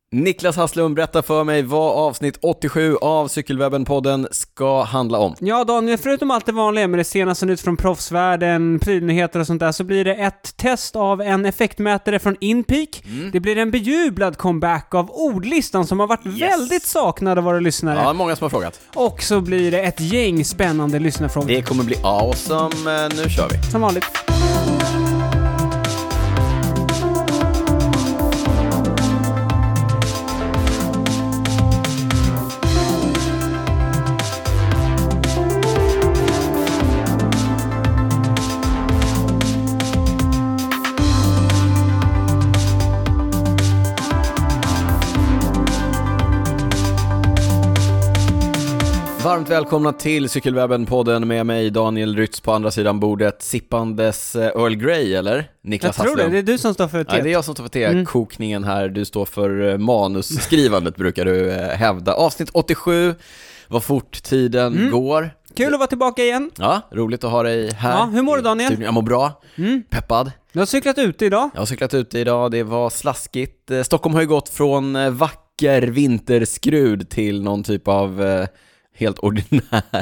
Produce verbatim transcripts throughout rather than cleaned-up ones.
Niklas Hasslum, berätta för mig vad avsnitt åttiosju av Cykelwebben-podden ska handla om. Ja, Daniel, förutom allt det vanliga med det senaste nytt från proffsvärlden, prylnyheter och sånt där, så blir det ett test av en effektmätare från InPeak. Mm. Det blir en bejublad comeback av ordlistan som har varit yes. väldigt saknad av våra lyssnare. Ja, många som har frågat. Och så blir det ett gäng spännande lyssnarfrågor. Det kommer bli awesome. Nu kör vi. Som vanligt. Varmt välkomna till Cykelwebben-podden med mig Daniel Rytz på andra sidan bordet, sippandes Earl Grey, eller? Niklas Jag tror Hasslum. det, det är du som står för te. Nej, det är jag som står för te. Mm. Kokningen här, du står för manusskrivandet brukar du hävda. Avsnitt åttiosju, vad fort tiden mm. går. Kul att vara tillbaka igen. Ja, roligt att ha dig här. Ja, hur mår du, Daniel? Jag mår bra, mm. peppad. Du har cyklat ute idag. Jag har cyklat ute idag, det var slaskigt. Stockholm har ju gått från vacker vinterskrud till någon typ av helt ordinär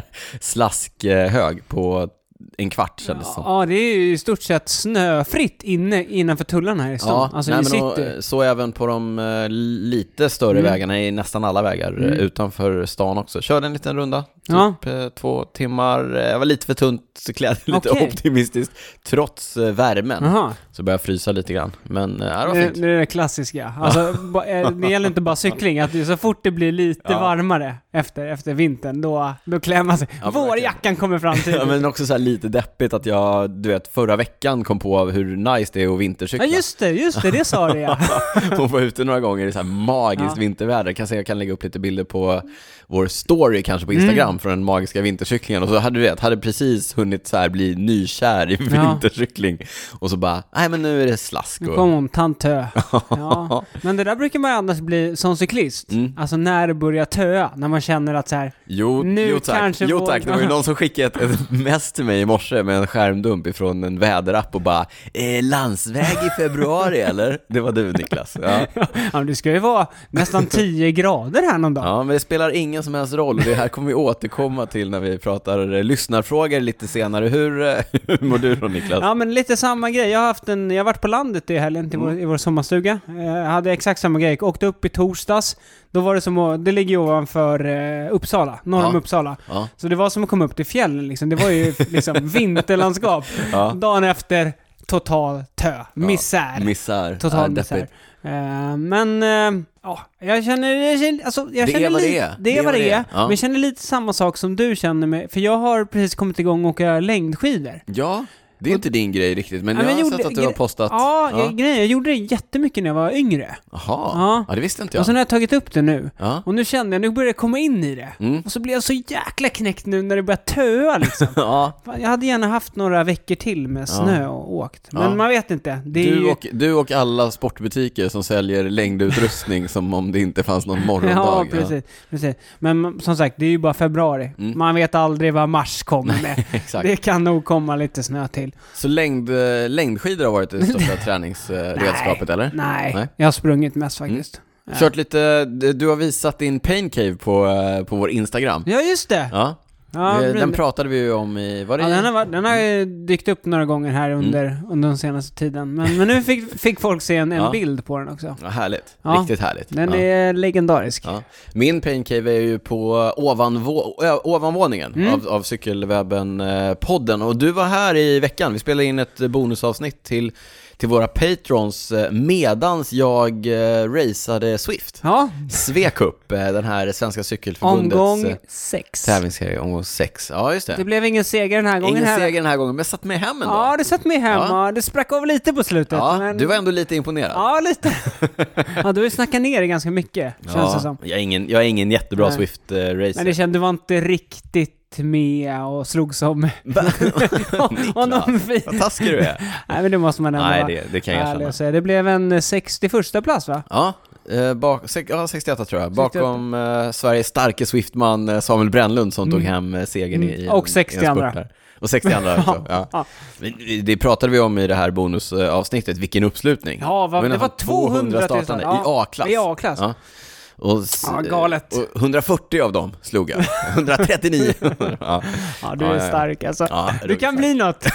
slaskhög på en kvart kändes som. Ja, det är ju i stort sett snöfritt inne innanför tullarna här i stan. Ja, alltså nej, i men city. Och, så även på de uh, lite större mm. vägarna i nästan alla vägar mm. utanför stan också. Körde en liten runda, typ ja. uh, två timmar. Jag var lite för tunt så klädd lite okay. optimistiskt trots uh, värmen. Aha. Så började jag frysa lite grann. Men uh, det var fint. Det, det är det klassiska. Alltså, det gäller inte bara cykling. Att det, så fort det blir lite ja. varmare efter, efter vintern, då, då klär man sig. Ja, vårjackan kommer fram till. Ja, men också så här lite deppigt att jag, du vet, förra veckan kom på hur nice det är att vintercykla. Ja, just det, just det, det sa det, ja. Hon var ute några gånger i så här magiskt ja. vinterväder. Jag kan säga jag kan lägga upp lite bilder på vår story kanske på Instagram mm. från den magiska vintercyklingen. Och så hade du vet, hade precis hunnit så här bli nykär i ja. vintercykling. Och så bara, nej men nu är det slask. Nu kom hon, tantö. Ja. Men det där brukar man annars bli som cyklist. Mm. Alltså när det börjar töa, när man känner att så här, jo, nu jo tack, kanske jo vår... tack. Det var ju någon som skickade ett, ett mess till mig i morse med en skärmdump ifrån en väderapp och bara, eh, landsväg i februari eller? Det var du, Niklas. Ja, ja det ska ju vara nästan tio grader här någon dag. Ja, men det spelar ingen som helst roll. Det här kommer vi återkomma till när vi pratar lyssnarfrågor lite senare. Hur, hur mår du då, Niklas? Ja, men lite samma grej. Jag har haft en, jag har varit på landet i helgen till vår, mm. i vår sommarstuga. Jag hade exakt samma grej. Jag åkte upp i torsdags. Då var det som att, det ligger ju ovanför eh, Uppsala, norr om ja. Uppsala. Ja. Så det var som att komma upp till fjällen liksom. Det var ju liksom vinterlandskap. Ja. Dagen efter total tö, misär. Ja, misär. Total ja, misär. Uh, men uh, ja, jag känner, jag känner alltså jag det känner är vad li- det är. Det är det vad det är. är. Ja. Men jag känner lite samma sak som du känner med, för jag har precis kommit igång och åka längdskidor. Ja. Det är och, inte din grej riktigt, men ja, jag har gjorde, sett att du har postat. Ja, ja. Jag, grej, jag gjorde det jättemycket när jag var yngre. Jaha, ja. ja det visste inte jag. Och så har jag tagit upp det nu. Ja. Och nu kände jag, nu börjar jag komma in i det. Mm. Och så blir jag så jäkla knäckt nu när det börjar töa liksom. Ja. Jag hade gärna haft några veckor till med snö ja. och åkt. Men ja. man vet inte. Det är du, ju... och, du och alla sportbutiker som säljer längdutrustning som om det inte fanns någon morgondag. Ja, precis, ja. precis. Men som sagt, det är ju bara februari. Mm. Man vet aldrig vad mars kommer med. Exakt. Det kan nog komma lite snö till. Så längd längdskidor har varit det största träningsredskapet, eller? Nej, nej, jag har sprungit mest faktiskt. Mm. Kört lite, du har visat din pain cave på, på vår Instagram. Ja, just det. Ja. Ja, det, den pratade vi ju om i... Var det ja, i? Den, har, den har dykt upp några gånger här under, mm. under den senaste tiden. Men, men nu fick, fick folk se en, en ja. bild på den också. Ja, härligt. Ja. Riktigt härligt. Den ja. är legendarisk. Ja. Min pain cave är ju på ovanvå, ö, ovanvåningen mm. av, av Cykelwebben-podden. Och du var här i veckan. Vi spelade in ett bonusavsnitt till... till våra patrons medans jag eh, raceade Swift. Ja. Svekup, eh, den här Svenska Cykelförbundets omgång sex. Tävlingsserie, omgång sex. Ja, just det. Det blev ingen seger den här gången. Ingen här. seger den här gången, men jag satt med hem ändå. Ja, det satt med hem. Ja. Det sprack av lite på slutet. Ja, men... du var ändå lite imponerad. Ja, lite. Ja, du har ju snackat ner det ganska mycket, känns ja, det som. Jag är ingen, jag är ingen jättebra Nej. Swift-racer. Men det kände, du var inte riktigt med och slog som och någon fin. Vad taskig du är. Nej, men det måste man ändå. Nej, det, det kan jag känna. Säga. Det blev en sextioförsta plats, va? Ja, eh, bak, sex, ja sextioåtta tror jag. Bakom eh, Sveriges starke Swiftman eh, Samuel Brännlund som mm. tog hem eh, segern mm. i, i och sextio i andra. Och sextio andra också. Ja. Ja. Det pratade vi om i det här bonusavsnittet. Vilken uppslutning. Ja, va, det var tvåhundra startande ja, i A-klass. I A-klass. Ja. Och, ja, galet. Och hundrafyrtio av dem slog jag. hundratrettionio. Ja, ja du är ja, stark alltså. Ja, du kan stark. Bli något.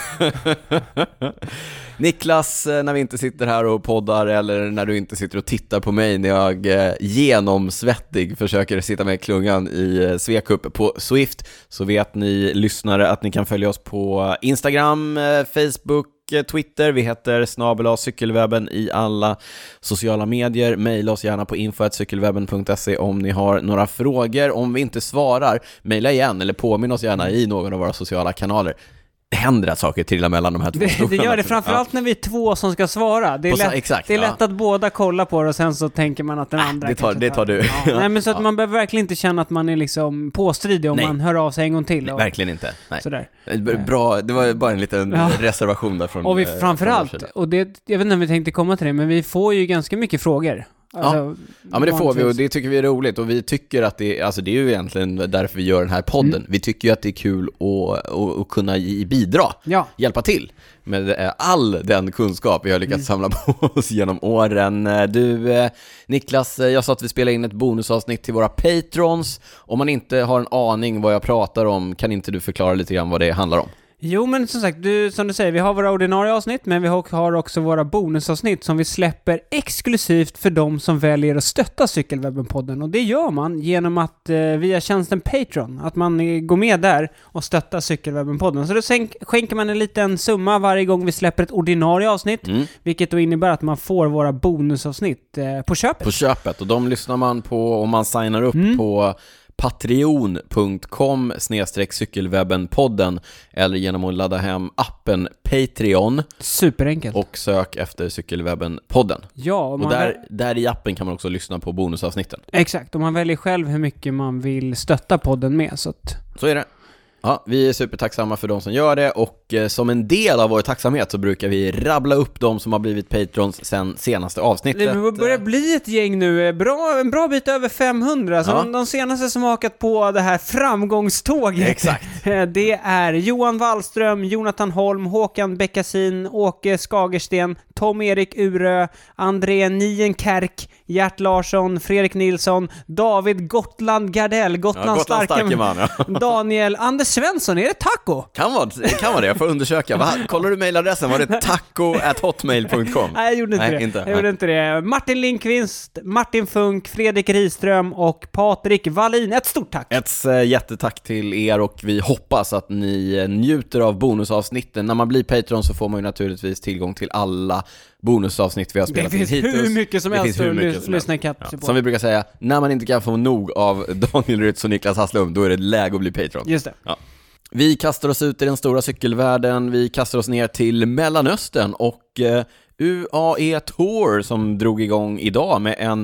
Niklas, när vi inte sitter här och poddar eller när du inte sitter och tittar på mig när jag genomsvettig försöker sitta med klungan i Svekup på Swift, så vet ni lyssnare att ni kan följa oss på Instagram, Facebook, Twitter. Vi heter snabel-a cykelwebben i alla sociala medier. Maila oss gärna på info at cykelwebben punkt se om ni har några frågor. Om vi inte svarar, maila igen eller påminn oss gärna i någon av våra sociala kanaler. Det händer att saker trillar mellan de här två det, det gör det framförallt ja. När vi är två som ska svara. Det är lätt, exakt, det är lätt ja. Att båda kolla på det och sen så tänker man att den äh, andra det tar, det tar du. Ja. Nej, men så att ja. Man behöver verkligen inte känna att man är liksom påstridig om Nej. Man hör av sig en gång till. Och, Nej, verkligen inte. Nej. Sådär. Bra, det var bara en liten ja. Reservation där från. Och vi framförallt, och det, jag vet inte om vi tänkte komma till det, men vi får ju ganska mycket frågor. Alltså, ja. ja, men det får vi och det tycker vi är roligt och vi tycker att det, alltså det är ju egentligen därför vi gör den här podden. Mm. Vi tycker ju att det är kul att, att, att kunna bidra, ja. Hjälpa till med all den kunskap vi har lyckats mm. samla på oss genom åren. Du, Niklas, jag sa att vi spelar in ett bonusavsnitt till våra patrons. Om man inte har en aning vad jag pratar om, kan inte du förklara lite grann vad det handlar om? Jo, men som sagt, du, som du säger, vi har våra ordinarie avsnitt, men vi har också våra bonusavsnitt som vi släpper exklusivt för de som väljer att stötta Cykelwebben-podden. Och det gör man genom att eh, via tjänsten Patreon, att man eh, går med där och stöttar Cykelwebben-podden. Så då sänk, skänker man en liten summa varje gång vi släpper ett ordinarie avsnitt, mm. vilket då innebär att man får våra bonusavsnitt eh, på köpet. På köpet, och de lyssnar man på om man signar upp mm. på patreon punkt com snedstreck cykelwebben-podden eller genom att ladda hem appen Patreon. Superenkelt. Och sök efter Cykelwebben-podden. Ja, och där, väl... där i appen kan man också lyssna på bonusavsnitten. Exakt, och man väljer själv hur mycket man vill stötta podden med. Så, att... så är det. Ja, vi är supertacksamma för de som gör det och eh, som en del av vår tacksamhet så brukar vi rabbla upp de som har blivit patrons sen senaste avsnittet. Det börjar bli ett gäng nu, bra, en bra bit över femhundra. Så ja. de, de senaste som har hakat på det här framgångståget. Exakt. Det är Johan Wallström, Jonathan Holm, Håkan Bäckasin, Åke Skagersten, Tom-Erik Urö, André Nienkerk, Gert Larsson, Fredrik Nilsson, David Gotland Gardell, Gotland, ja, Gotland starke man, ja. Daniel, Anders Svensson, är det taco? Kan vara, kan vara det, jag får undersöka. Va? Kollar du mailadressen? Var det taco at hotmail punkt com? Nej, jag gjorde inte Nej, det. Inte. Jag gjorde inte det. Martin Lindqvist, Martin Funk, Fredrik Riström och Patrik Wallin. Ett stort tack. Ett äh, jättetack till er och vi hoppas att ni njuter av bonusavsnitten. När man blir Patreon så får man ju naturligtvis tillgång till alla bonusavsnitt vi har spelat in hittills. Det finns hur mycket som helst att lyssna ja. på. Som vi brukar säga, när man inte kan få nog av Daniel Rytz och Niklas Hasslum, då är det läge att bli Patreon. Just det. Ja. Vi kastar oss ut i den stora cykelvärlden, vi kastar oss ner till Mellanöstern och eh, U A E Tour som drog igång idag med en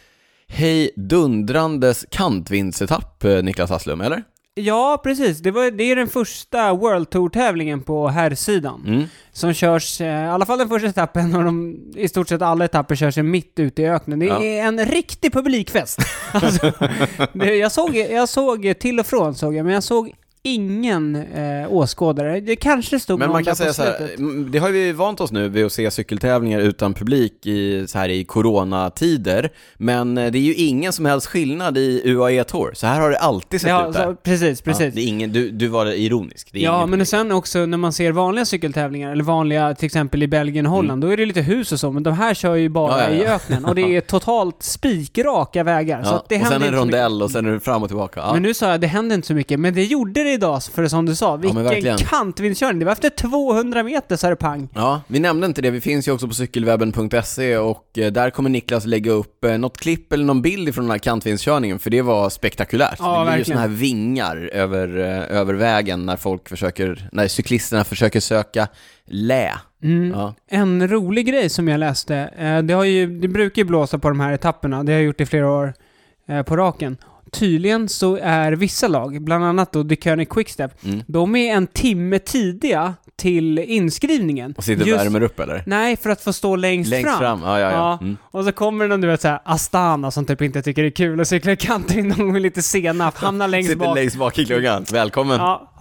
hejdundrandes kantvindsetapp, eh, Niklas Hasslum, eller? Ja, precis. Det, var, det är den första World Tour-tävlingen på herrsidan. Mm. Som körs, i alla fall den första etappen, och de, i stort sett alla etapper körs mitt ute i öknen. Det ja. är en riktig publikfest. Alltså, det, jag, såg, jag såg till och från, såg jag, men jag såg ingen eh, åskådare. Det kanske stod men man kan säga så här, det har vi vant oss nu vid att se cykeltävlingar utan publik i, så här i coronatider, men det är ju ingen som helst skillnad i U A E Tour. Så här har det alltid sett ja, ut där. Så, precis, precis. Ja, det är ingen, du, du var ironisk. Det är ja, men sen också när man ser vanliga cykeltävlingar, eller vanliga till exempel i Belgien och Holland, mm. då är det lite hus och så, men de här kör ju bara ja, ja, ja. i öknen och det är totalt spikraka vägar. Ja, så att det och sen en rondell och sen är det fram och tillbaka. Ja. Men nu sa jag, det hände inte så mycket, men det gjorde det idag, för som du sa, vilken ja, kantvindkörning. Det var efter tvåhundra meter så är det pang. Ja, vi nämnde inte det. Vi finns ju också på cykelwebben punkt se och där kommer Niklas lägga upp något klipp eller någon bild från den här kantvindskörningen, för det var spektakulärt. Ja, det blir verkligen. ju såna här vingar över, över vägen när folk försöker, när cyklisterna försöker söka lä. Mm. Ja. En rolig grej som jag läste, det, har ju, det brukar ju blåsa på de här etapperna. Det har jag gjort i flera år på raken. Tydligen så är vissa lag, bland annat då The König Quickstep, mm. de är en timme tidiga till inskrivningen. Och sitter Just, värmer upp eller? Nej, för att få stå längst, längst fram. fram. Ja, ja, ja. Mm. Och så kommer någon, du vet, så här, Astana som typ inte tycker det är kul och cyklar kanter in, de är lite sena, hamnar längst sitter bak. längst bak i klungan. Välkommen. Ja,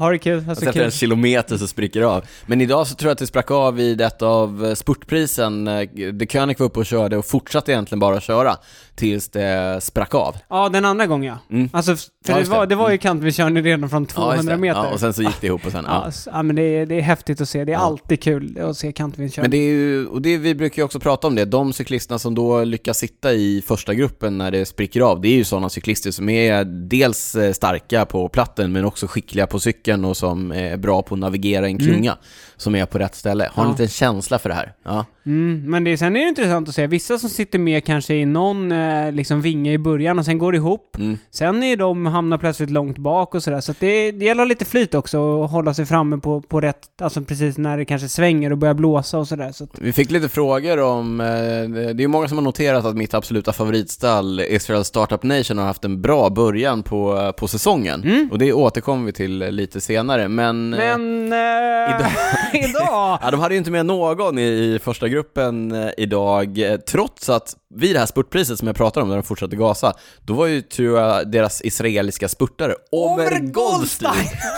ha det kul. Alltså efter en kilometer så spricker det av. Men idag så tror jag att det sprack av vid ett av spurtprisen. De König var uppe och körde och fortsatte egentligen bara att köra tills det sprack av. Ja, den andra gången, ja. Mm. Alltså, för ja, det, var, det var ju kant vi körde redan från tvåhundra ja, meter. Ja, och sen så gick det ihop och sen, ja. Ja, ja men det är, det är häftigt att se. Det är ja. alltid kul att se kant vi körde. Men det är ju, och det, vi brukar ju också prata om det. De cyklisterna som då lyckas sitta i första gruppen när det spricker av, det är ju sådana cyklister som är dels starka på platten men också skickliga på cykeln och som är bra på att navigera en klunga mm. som är på rätt ställe. Har ja. en liten känsla för det här. Ja. Mm, men det, sen är det intressant att se. Vissa som sitter med kanske i någon eh, liksom vinge i början och sen går det ihop. Mm. Sen är de hamnar plötsligt långt bak och sådär. Så att det, det gäller lite flyt också och hålla sig framme på, på rätt, alltså precis när det kanske svänger och börjar blåsa och sådär. Så att... Vi fick lite frågor om, eh, det är ju många som har noterat att mitt absoluta favoritstall Israel Startup Nation har haft en bra början på, på säsongen. Mm. Och det återkommer vi till lite senare. Men, men eh, idag, idag. ja, de hade ju inte med någon i, i första gruppen eh, idag, eh, trots att vid det här spurtpriset som jag pratade om där de fortsatte gasa, då var ju tror jag deras israeliska spurtare Omer Goldstein.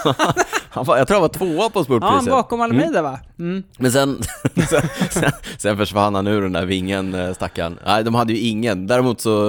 han var, jag tror han var tvåa på spurtpriset. Ja, bakom Almeida mm. va? Mm. Men sen, sen, sen, sen försvann han ur den där vingen, stackarn. Nej, de hade ju ingen. Däremot så,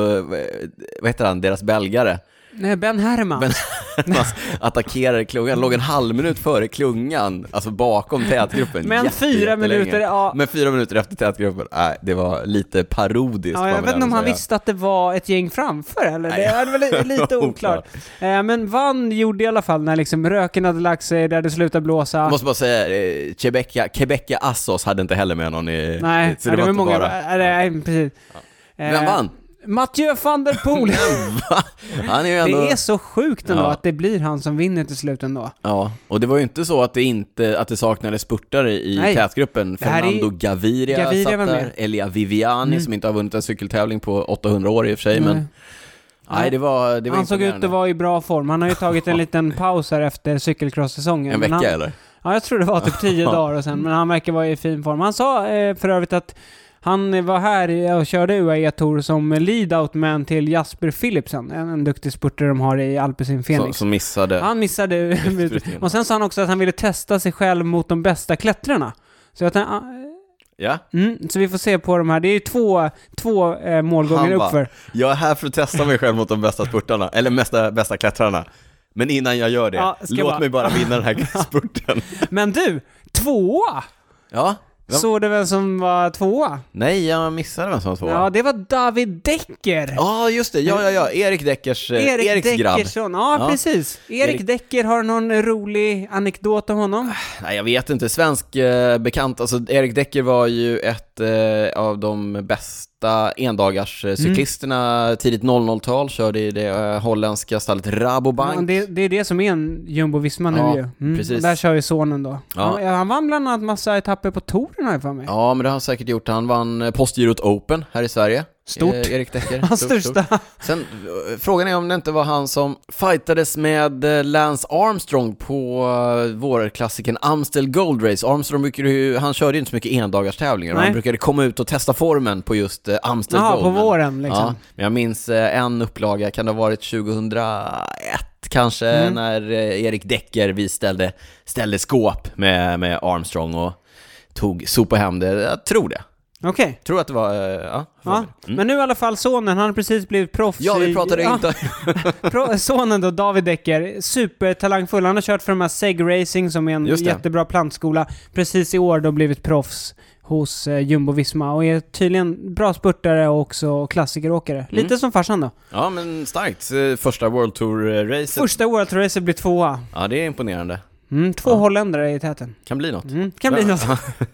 vad heter han, deras belgare. Nej, Ben Herman. Ben Herman attackerade klungan, låg en halv minut före klungan, alltså bakom tätgruppen. Men Jätte, fyra minuter, ja. Men fyra minuter efter tätgruppen, nej, det var lite parodiskt. Ja, jag vet inte om han säga. visste att det var ett gäng framför, eller? Nej, det är väl lite oklart. eh, men Vann gjorde i alla fall när liksom röken hade lagt sig, där det slutade blåsa. Jag måste bara säga, eh, Quebeca, Quebeca Assos hade inte heller med någon i... Nej, så det, det var var många, bara... nej, precis. Ja. Vem eh, vann? Mathieu van der Poel. Han är ju ändå... Det är så sjukt ändå ja. att det blir han som vinner till slut ändå. Ja, och det var ju inte så att det inte att det saknades spurtare i Nej. tätgruppen. Fernando är... Gaviria, Gaviria satt där, Elia Viviani mm. som inte har vunnit en cykeltävling på åttahundra år i och för sig, mm. men Nej, det var, det var han såg ut att vara i bra form. Han har ju tagit en liten paus här efter cykelcross-säsongen. En vecka han... eller? Ja, jag tror det var typ tio dagar och sen, men han verkar vara i fin form. Han sa eh, för övrigt att han var här och körde U A E-tour som lead-out-man till Jasper Philipsen, en, en duktig spurtare de har i Alpecin Phoenix. Som missade. Han missade. Och sen sa han också att han ville testa sig själv mot de bästa klättrarna. Så att han, ja. Mm, så vi får se på de här. Det är ju två, två eh, målgångar uppför. Jag är här för att testa mig själv mot de bästa spurtarna, eller mesta, bästa klättrarna. Men innan jag gör det, ja, låt bara... mig bara vinna den här spurten. Men du, tvåa! Ja. Så det vem som var tvåa? Nej, jag missade vem som var tvåa. Ja, det var David Decker. Ja, just det. Ja, ja, ja. Erik Deckers, Erik Eriks grabb. Ja, ja, precis. Erik, Erik Decker, har någon rolig anekdot om honom? Nej, jag vet inte. Svensk eh, bekant. Alltså, Erik Decker var ju ett eh, av de bästa endagars eh, cyklisterna mm. tidigt noll noll-tal. Körde i det eh, holländska stallet Rabobank. Ja, det, det är det som är en Jumbo-Visma nu ja, ju. Mm. Precis. Där kör ju sonen då. Ja. Ja, han vann bland annat massa etapper på touren här för mig. Ja, men det har han säkert gjort. Han vann Postgirot Open här i Sverige. Stort. Eh, Erik Decker. Hans stort, största. Stort. Sen, frågan är om det inte var han som fightades med Lance Armstrong på uh, vårklassiken Amstel Gold Race. Armstrong brukade ju, han körde ju inte så mycket endagars-tävlingar. Han brukade komma ut och testa formen på just uh, Amstel Aha, Gold. på våren liksom. Ja, men jag minns uh, en upplaga, kan det ha varit tjugohundraett kanske, mm. när uh, Erik Decker vi ställde, ställde skåp med, med Armstrong och tog sopa hem det. Jag tror det. Okej. Okay. Tror att det var, ja. ja. Mm. Men nu i alla fall sonen, han har precis blivit proffs. Ja, vi pratade i, inte. Ja. Sonen då, David Decker, supertalangfull. Han har kört för de här Seg Racing som är en jättebra plantskola. Precis i år då blivit proffs hos eh, Jumbo-Visma och är tydligen bra spurtare och också klassikeråkare. Mm. Lite som farsan då. Ja, men starkt. Första World Tour-racet. Första World Tour-racet blir tvåa. Ja, det är imponerande. Mm, två ja. holländare i täten. Kan bli något. Mm, kan bli något.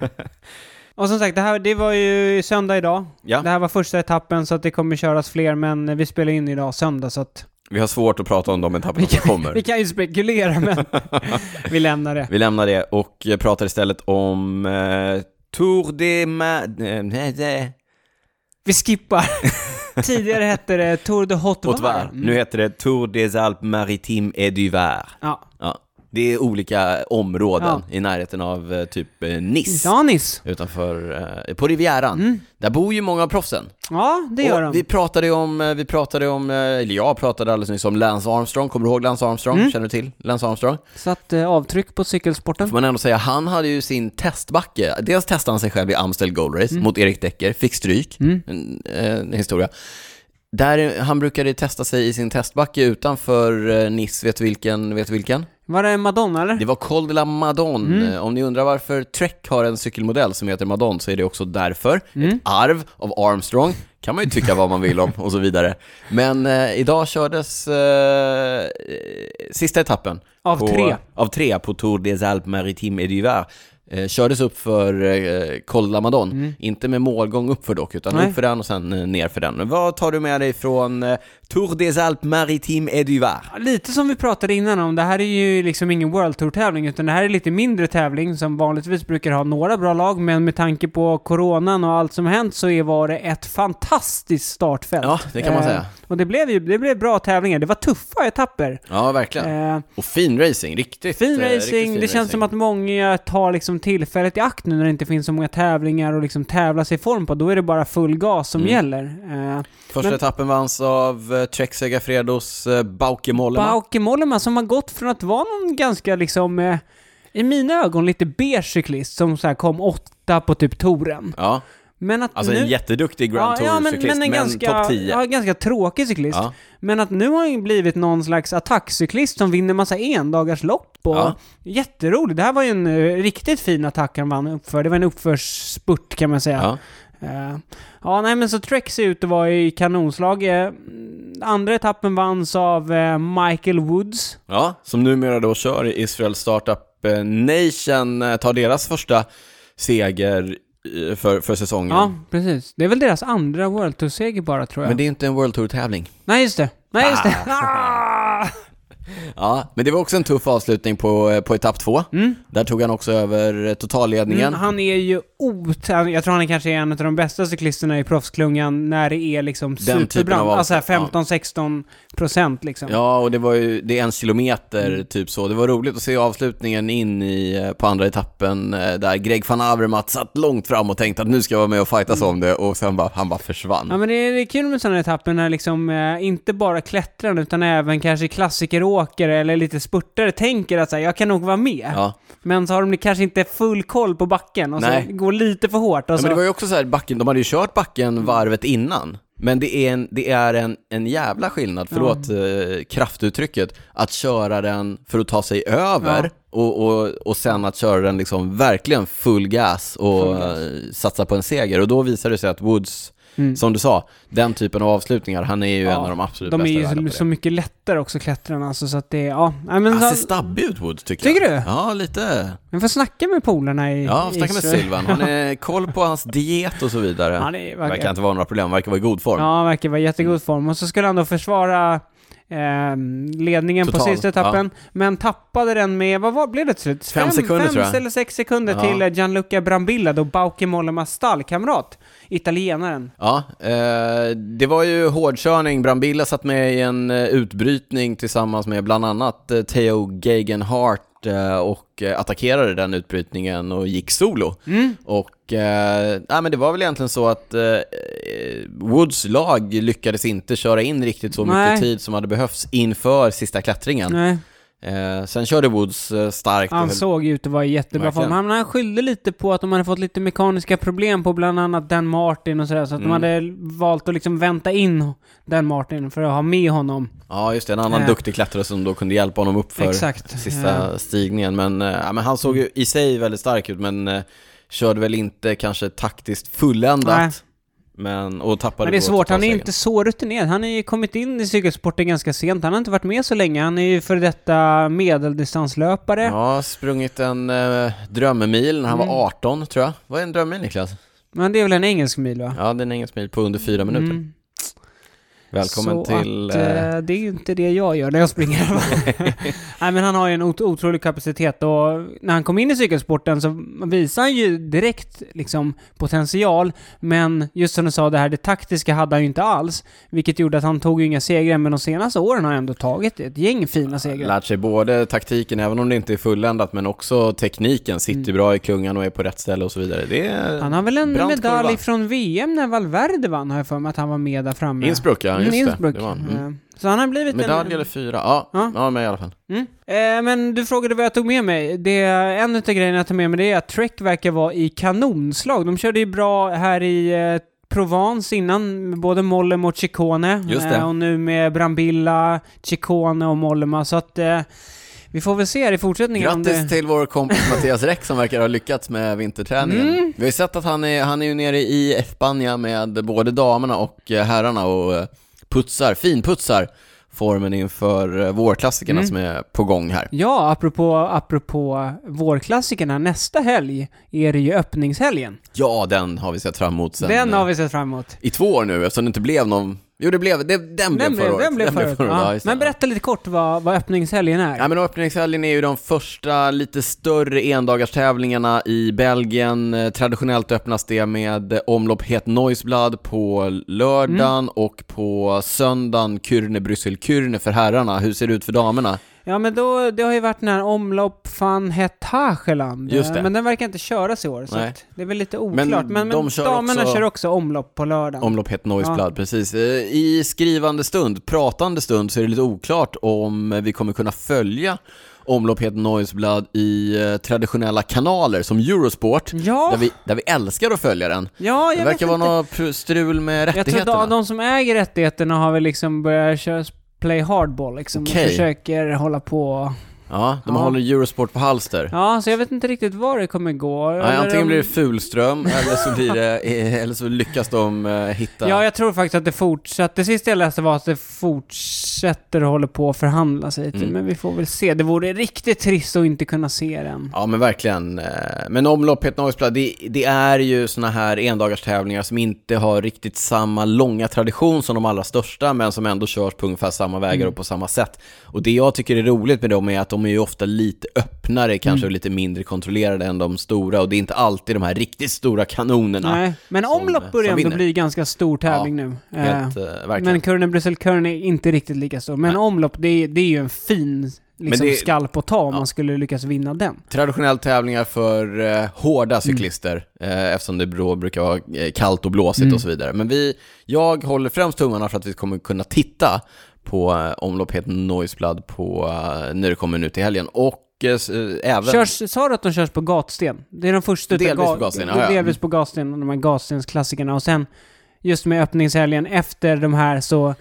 Och som sagt, det här det var ju söndag idag. Ja. Det här var första etappen så att det kommer köras fler, men vi spelar in idag söndag så att... Vi har svårt att prata om de etapperna som kommer. Vi kan ju spekulera, men vi lämnar det. Vi lämnar det och pratar istället om eh, Tour de Ma... Vi skippar. Tidigare hette det Tour de Haute-Var. Mm. Nu heter det Tour des Alpes Maritimes et du Var. Ja. Ja. det är olika områden ja. i närheten av typ eh, Nice. Ja, Nice. Utanför, eh, på Rivieran. Mm. Där bor ju många av proffsen. Ja, det gör de. Vi pratade om, vi pratade om, eller jag pratade alldeles nyss om Lance Armstrong. Kommer du ihåg Lance Armstrong? Mm. Känner du till Lance Armstrong? Satt eh, avtryck på cykelsporten. Får man ändå säga, han hade ju sin testbacke. Dels testade han sig själv i Amstel Gold Race mm. mot Erik Decker. Fick stryk. Mm. En, en historia. Där han brukade testa sig i sin testbacke utanför Nice. Vet du vilken? Vet du vilken? Var det Madonna eller? Det var Col de la Madone. Mm. Om ni undrar varför Trek har en cykelmodell som heter Madone, så är det också därför. Mm. Ett arv av Armstrong. Kan man ju tycka vad man vill om och så vidare. Men eh, idag kördes eh, sista etappen. Av på, tre. Av tre på Tour des Alpes Maritimes et du Var. Eh, kördes upp för eh, Col de la Madone. Mm. Inte med målgång upp för dock, utan Nej. upp för den och sen eh, ner för den. Vad tar du med dig från eh, Tour des Alpes Maritimes et du Var? Lite som vi pratade innan om, det här är ju liksom ingen World Tour-tävling, utan det här är lite mindre tävling som vanligtvis brukar ha några bra lag, men med tanke på coronan och allt som hänt så var det ett fantastiskt startfält. Ja, det kan man säga. Eh, och det blev ju det blev bra tävlingar. Det var tuffa etapper. Ja, verkligen. Eh, och fin racing, riktigt. Fin racing. Riktigt fin det racing. Känns som att många tar liksom tillfället i akt nu när det inte finns så många tävlingar och liksom tävla sig i form på. Då är det bara full gas som mm. gäller. Eh, Första men, etappen vanns av uh, Trek Segafredos uh, Bauke Mollema. Bauke Mollema som har gått från att vara någon ganska liksom eh, i mina ögon lite beige cyklist som så här kom åtta på typ touren. Ja. Men att alltså nu, en jätteduktig Grand Tour ja, men, cyklist, men, en men ganska, topp tio. Ja, ganska tråkig cyklist. Ja. Men att nu har han blivit någon slags attackcyklist som vinner massa endagars lopp. Och ja. Jätteroligt. Det här var ju en uh, riktigt fin attack han vann uppför. Det var en uppförsspurt kan man säga. Ja. Uh, ja, nej men så Trek ser ut att vara i kanonslag. Uh, andra etappen vanns av uh, Michael Woods. Ja, som numera då kör i Israel Startup Nation. Uh, tar deras första seger för, för säsongen. Ja, precis. Det är väl deras andra World Tour-seger bara, tror jag. Men det är inte en World Tour-tävling. Nej, just det. Nej, just det. Ah. Ja, men det var också en tuff avslutning på, på etapp två. Mm. Där tog han också över totalledningen. Mm, han är ju ot... Jag tror han är kanske en av de bästa cyklisterna i proffsklungan när det är liksom superbrant. Alltså femton sexton procent liksom. Ja, och det var ju det är en kilometer mm. typ så. Det var roligt att se avslutningen in i, på andra etappen där Greg van Avermaet satt långt fram och tänkte att nu ska jag vara med och fightas mm. om det, och sen bara, han bara försvann. Ja, men det är, det är kul med sådana etapper när liksom eh, inte bara klättran utan även kanske klassikeråkare eller lite spurtare tänker att så här, jag kan nog vara med. Ja. Men så har de kanske inte full koll på backen och Nej. så går lite för hårt. Och ja, så... men det var ju också så här, backen, de hade ju kört backen varvet innan. Men det är en, det är en, en jävla skillnad, förlåt ja. eh, kraftuttrycket, att köra den för att ta sig över ja. och, och, och sen att köra den liksom verkligen full gas och full gas. Eh, satsa på en seger. Och då visar det sig att Woods, mm. som du sa, den typen av avslutningar, han är ju ja, en av de absolut de bästa. De är ju så, så mycket lättare också klättrarna, alltså, så att det ja, men han ser stabbig ut, Woods, tycker, tycker jag. Tycker du? Ja, lite. Men får snacka med polarna i Ja, snacka med Sylvan. Han är koll på hans diet och så vidare. Ja, det verkar, verkar inte vara några problem, verkar vara i god form. Ja, verkar vara i jättegod form. Och så skulle han då försvara Eh, ledningen Total, på sista etappen, ja. Men tappade den med, vad var, blev det till slut? Fem, fem sekunder fem tror jag. eller sex sekunder ja. till Gianluca Brambilla, då Bauke Mollemas stallkamrat, italienaren. Ja, eh, det var ju hårdkörning. Brambilla satt med i en uh, utbrytning tillsammans med bland annat uh, Theo Gegenhardt uh, och uh, attackerade den utbrytningen och gick solo. Mm. Och eh, nej, men det var väl egentligen så att eh, Woods lag lyckades inte köra in riktigt så nej. mycket tid som hade behövts inför sista klättringen. Nej. Eh, sen körde Woods eh, starkt. Han såg ju ut att vara i jättebra Verkligen. form. Han, han skyllde lite på att de hade fått lite mekaniska problem på bland annat Dan Martin och sådär. Så att mm. de hade valt att liksom vänta in Dan Martin för att ha med honom. Ja, just det. En annan eh. duktig klättrare som då kunde hjälpa honom upp för Exakt. sista ja. stigningen. Men, eh, men han såg ju i sig väldigt stark ut, men eh, körde väl inte kanske taktiskt fulländat. Nej. Men, och tappade men det är svårt, han är inte så rutinerad. Han har ju kommit in i cykelsporten ganska sent. Han har inte varit med så länge. Han är ju för detta medeldistanslöpare. Ja, sprungit en eh, drömmemil när han mm. var arton, tror jag. Vad är en drömmemil, Niklas? Men det är väl en engelsk mil, va? Ja, det är en engelsk mil på under fyra minuter. Mm. Välkommen så till... Att, äh... det är ju inte det jag gör när jag springer. Nej, men han har ju en ot- otrolig kapacitet, och när han kom in i cykelsporten så visar han ju direkt liksom potential, men just som du sa, det här det taktiska hade han ju inte alls, vilket gjorde att han tog ju inga segrar, men de senaste åren har han ändå tagit ett gäng fina segrar. Lärt sig både taktiken, även om det inte är fulländat, men också tekniken, sitter mm. bra i klungan och är på rätt ställe och så vidare. Det är han har väl en medalj från V M när Valverde vann, har jag för mig att han var med där framme. Innsbruck, ja, just Innsbruck. det. det var, mm. Så han har blivit medalj en... eller fyra, ja, ja. ja med i alla fall. Mm. Eh, men du frågade vad jag tog med mig. Det är en av grejerna jag tog med mig, det är att Trek verkar vara i kanonslag. De körde ju bra här i eh, Provence innan, med både Mollema och Ciccone. Just det. Eh, och nu med Brambilla, Ciccone och Mollema. Så att eh, vi får väl se i fortsättningen. Grattis om det... till vår kompis Mattias Räck som verkar ha lyckats med vinterträningen. Mm. Vi har ju sett att han är, han är ju nere i Espanja med både damerna och herrarna och putsar, finputsar formen inför vårklassikerna mm. som är på gång här. Ja, apropå, apropå vårklassikerna, nästa helg är det ju öppningshelgen. Ja, den har vi sett fram emot sen. Den har vi sett fram emot. I två år nu, eftersom det inte blev någon... Jo, det blev, det, den, den blev förra året. Den blev den förra blev förra året. Ja. Men berätta lite kort vad, vad öppningshelgen är. Ja, men öppningshelgen är ju de första lite större endagars-tävlingarna i Belgien. Traditionellt öppnas det med omlopp Het Nieuwsblad på lördagen mm. och på söndagen Kuurne Bryssel Kuurne för herrarna. Hur ser det ut för damerna? Ja, men då, det har ju varit den här omlopp van Het Hageland. Just det. Men den verkar inte köras i år, så att det är väl lite oklart. Men, men, de men kör damerna också, kör också omlopp på lördagen. Omlopp Het Nieuwsblad, ja. Precis. I skrivande stund, pratande stund, så är det lite oklart om vi kommer kunna följa omlopp Het Nieuwsblad i eh, traditionella kanaler som Eurosport, ja. där, vi, där vi älskar att följa den. Ja, jag det verkar vara något strul med rättigheterna. Jag tror att de som äger rättigheterna har väl liksom börjat köra play hardball liksom, okay. och försöker hålla på. Ja, de ja. håller Eurosport på halster. Ja, så jag vet inte riktigt var det kommer gå. Nej, antingen de... blir det Fulström eller så blir det eller så lyckas de uh, hitta. Ja, jag tror faktiskt att det fortsätter. Det sista jag läste var att det fortsätter att hålla på att förhandla sig till, mm. men vi får väl se. Det vore riktigt trist att inte kunna se den. Ja, men verkligen. Men omlopp Het Nieuwsblad, det, det är ju såna här endagars-tävlingar som inte har riktigt samma långa tradition som de allra största, men som ändå körs på ungefär samma vägar mm. och på samma sätt. Och det jag tycker är roligt med dem är att de är ju ofta lite öppnare, kanske mm. lite mindre kontrollerade än de stora, och det är inte alltid de här riktigt stora kanonerna. Nej, men som, omlopp börjar ändå bli ganska stor tävling ja, nu. Helt, uh, men Kuurne Bryssel Kuurne är inte riktigt lika stor. Men Nej. omlopp, det är, det är ju en fin liksom det, skalp att ta om ja. man skulle lyckas vinna den. Traditionellt tävlingar för uh, hårda cyklister, mm. uh, eftersom det då brukar vara uh, kallt och blåsigt mm. och så vidare. Men vi, jag håller främst tummarna för att vi kommer kunna titta på uh, omlopp Het Nieuwsblad på uh, när det kommer nu till helgen. Och uh, även... Körs, sa du att de körs på gatsten? Det är de första delvis ga- på gatsten, ja, delvis på gatsten, de här gatstensklassikerna. Och sen just med öppningshelgen efter de här så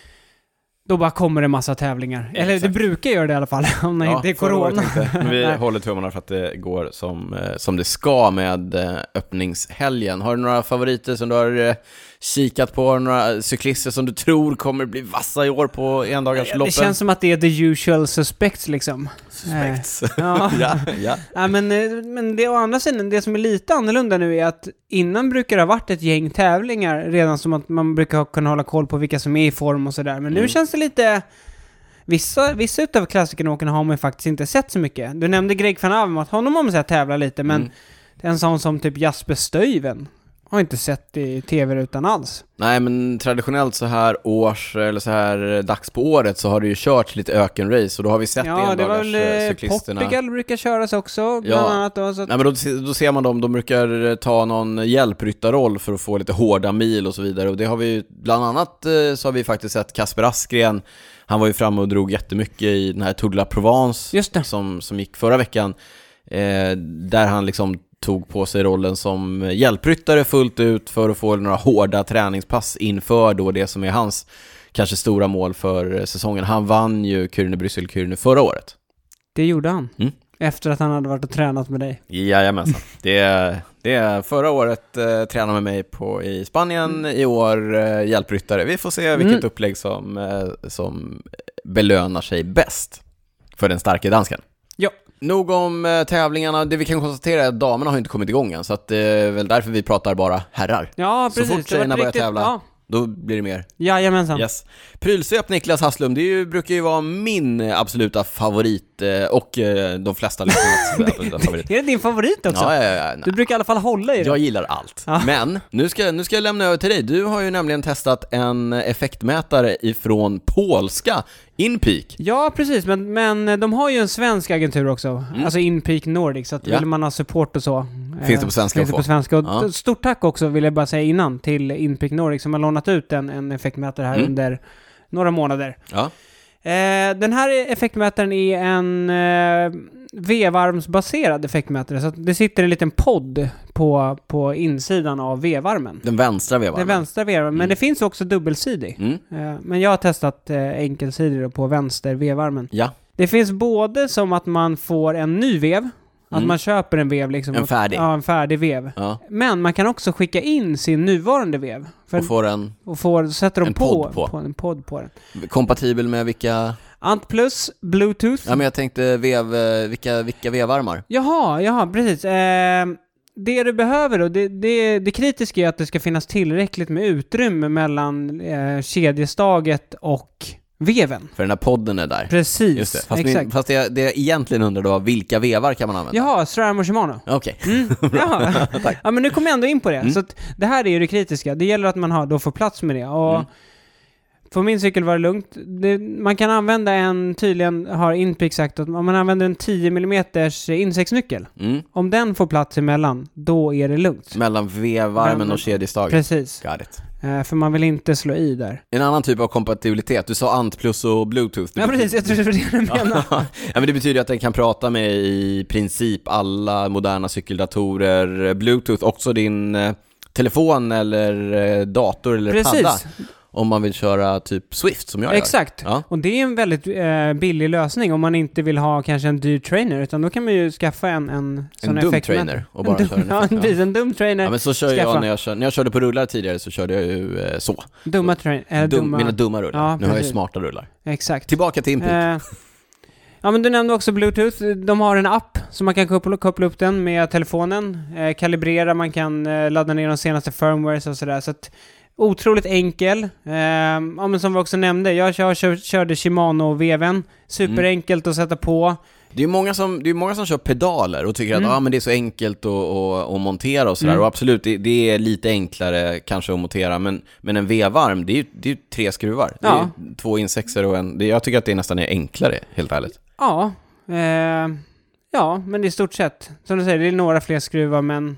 då bara kommer det massa tävlingar. Eller Exakt. det brukar göra det i alla fall om det ja, inte är corona. Men vi håller tummarna för att det går som, som det ska med öppningshelgen. Har du några favoriter som du har kikat på? Några cyklister som du tror kommer bli vassa i år på endagarsloppen? Det känns som att det är the usual suspects liksom. Suspects? Eh, ja. ja, ja. ja men, men det å andra sidan, det som är lite annorlunda nu är att innan brukar det ha varit ett gäng tävlingar redan, som att man brukar kunna hålla koll på vilka som är i form och sådär. Men mm. nu känns det lite... Vissa, vissa utav klassikerna har man faktiskt inte sett så mycket. Du nämnde Greg van Avermaet, honom har man sett tävla lite, men mm. en sån som typ Jasper Stuyven har inte sett i tv utan alls. Nej, men traditionellt så här års eller så här dags på året så har det ju kört lite ökenrace, och då har vi sett ja, det var väl cyklisterna. Portugal brukar köras också bland ja. annat då, så att... Nej, men då, då ser man dem, de brukar ta någon hjälpryttarroll för att få lite hårda mil och så vidare, och det har vi bland annat så har vi faktiskt sett Kasper Askren. Han var ju framme och drog jättemycket i den här Tour de la Provence som, som gick förra veckan, eh, där han liksom tog på sig rollen som hjälpryttare fullt ut för att få några hårda träningspass inför då det som är hans kanske stora mål för säsongen. Han vann ju Kuurne Bryssel Kuurne förra året. Det gjorde han. Mm. Efter att han hade varit och tränat med dig. Jajamensan. Det det är förra året eh, tränade med mig på i Spanien, mm. i år eh, hjälpryttare. Vi får se vilket mm. upplägg som eh, som belönar sig bäst för den starka dansken. Ja. Nog om eh, tävlingarna. Det vi kan konstatera är att damerna har inte kommit igång än, så att det är väl därför vi pratar bara herrar. Ja, precis. Så fort tjejerna börjar riktigt, tävla. Ja, Då blir det mer. Jajamensan. Yes. Prylsvep, Niklas Hasslum, det är ju, brukar ju vara min absoluta favorit och de flesta lyssnarnas absoluta favorit. Är det din favorit också? Ja, ja, ja, du brukar i alla fall hålla i det. Jag gillar allt. Ja. Men nu ska, nu ska jag lämna över till dig. Du har ju nämligen testat en effektmätare ifrån polska Inpeak. Ja, precis. Men, men de har ju en svensk agentur också. Mm. Alltså Inpeak Nordic. Så att ja. Vill man ha support och så. Finns det på svenska? Finns det på svenska. Och ja. Stort tack också vill jag bara säga innan till Inpeak Nordic som har lånat ut en, en effektmätare här mm. under några månader. Ja. Eh, den här effektmätaren är en eh, V-varmsbaserad effektmätare. Så att det sitter en liten podd på, på insidan av V-varmen. Den vänstra V-varmen. Den vänstra V-varmen. Mm. Men det finns också dubbelsidig. Mm. Eh, men jag har testat eh, enkelsidig på vänster V-varmen. Ja. Det finns både som att man får en ny vev. Att mm. man köper en vev liksom. En färdig. Ja, en färdig vev. Ja. Men man kan också skicka in sin nuvarande vev. För och får en... Och får, sätter de en på, podd på. på en podd på den. Kompatibel med vilka... Ant plus, Bluetooth. Ja, men jag tänkte vev, vilka, vilka vevarmar. Jaha, jaha, precis. Eh, det du behöver då, det, det, det kritiska är att det ska finnas tillräckligt med utrymme mellan eh, kedjestaget och veven. För den här podden är där. Precis, just det. Fast, exakt. Min, fast det, det jag egentligen undrar då, vilka vevar kan man använda? Jaha, SRAM och Shimano. Okej. Okay. Mm, jaha. Tack. Ja, men nu kommer jag ändå in på det. Mm. Så att det här är ju det kritiska. Det gäller att man har, då får plats med det. Och mm. för min cykel var det lugnt. Det, man kan använda en, tydligen har Inpeak sagt att om man använder en tio millimeter insektsnyckel. Mm. Om den får plats emellan, då är det lugnt. Mellan vevarmen och kedjestaget. Precis. Got it. Uh, för man vill inte slå i där. En annan typ av kompatibilitet. Du sa Ant plus och Bluetooth. Det ja, betyder... precis. Jag tror det var det du menade. Ja, men det betyder att den kan prata med i princip alla moderna cykeldatorer. Bluetooth, också din eh, telefon eller eh, dator eller precis. padda. Om man vill köra typ Swift som jag gör. Exakt. Ja. Och det är en väldigt eh, billig lösning om man inte vill ha kanske en dyr trainer. Utan då kan man ju skaffa en en sån en dum effekt trainer och bara en köra en effekt. Ja, en dum trainer. Ja, men så kör skaffa. jag när jag kör, när jag körde på rullar tidigare så körde jag ju eh, så. Dumma trainer. Äh, Dum, dumma. Mina dumma rullar. Ja, nu har jag ju smarta rullar. Exakt. Tillbaka till Inpeak. Eh, ja, men du nämnde också Bluetooth. De har en app så man kan koppla, koppla upp den med telefonen. Eh, kalibrera, man kan eh, ladda ner de senaste firmwares och sådär. Så att otroligt enkel. Eh, ja, men som vi också nämnde, jag kör, kör, körde Shimano-veven. Superenkelt mm. att sätta på. Det är många som det är många som kör pedaler och tycker mm. att ah, men det är så enkelt att, att, att montera och sådär. Mm. Och absolut, det, det är lite enklare kanske att montera. Men, men en V-varm, det är ju det är tre skruvar. Ja. Det är två insexer och en... Det, jag tycker att det är nästan är enklare, helt ärligt. Ja. Eh, ja, men det är i stort sett. Som du säger, det är några fler skruvar, men...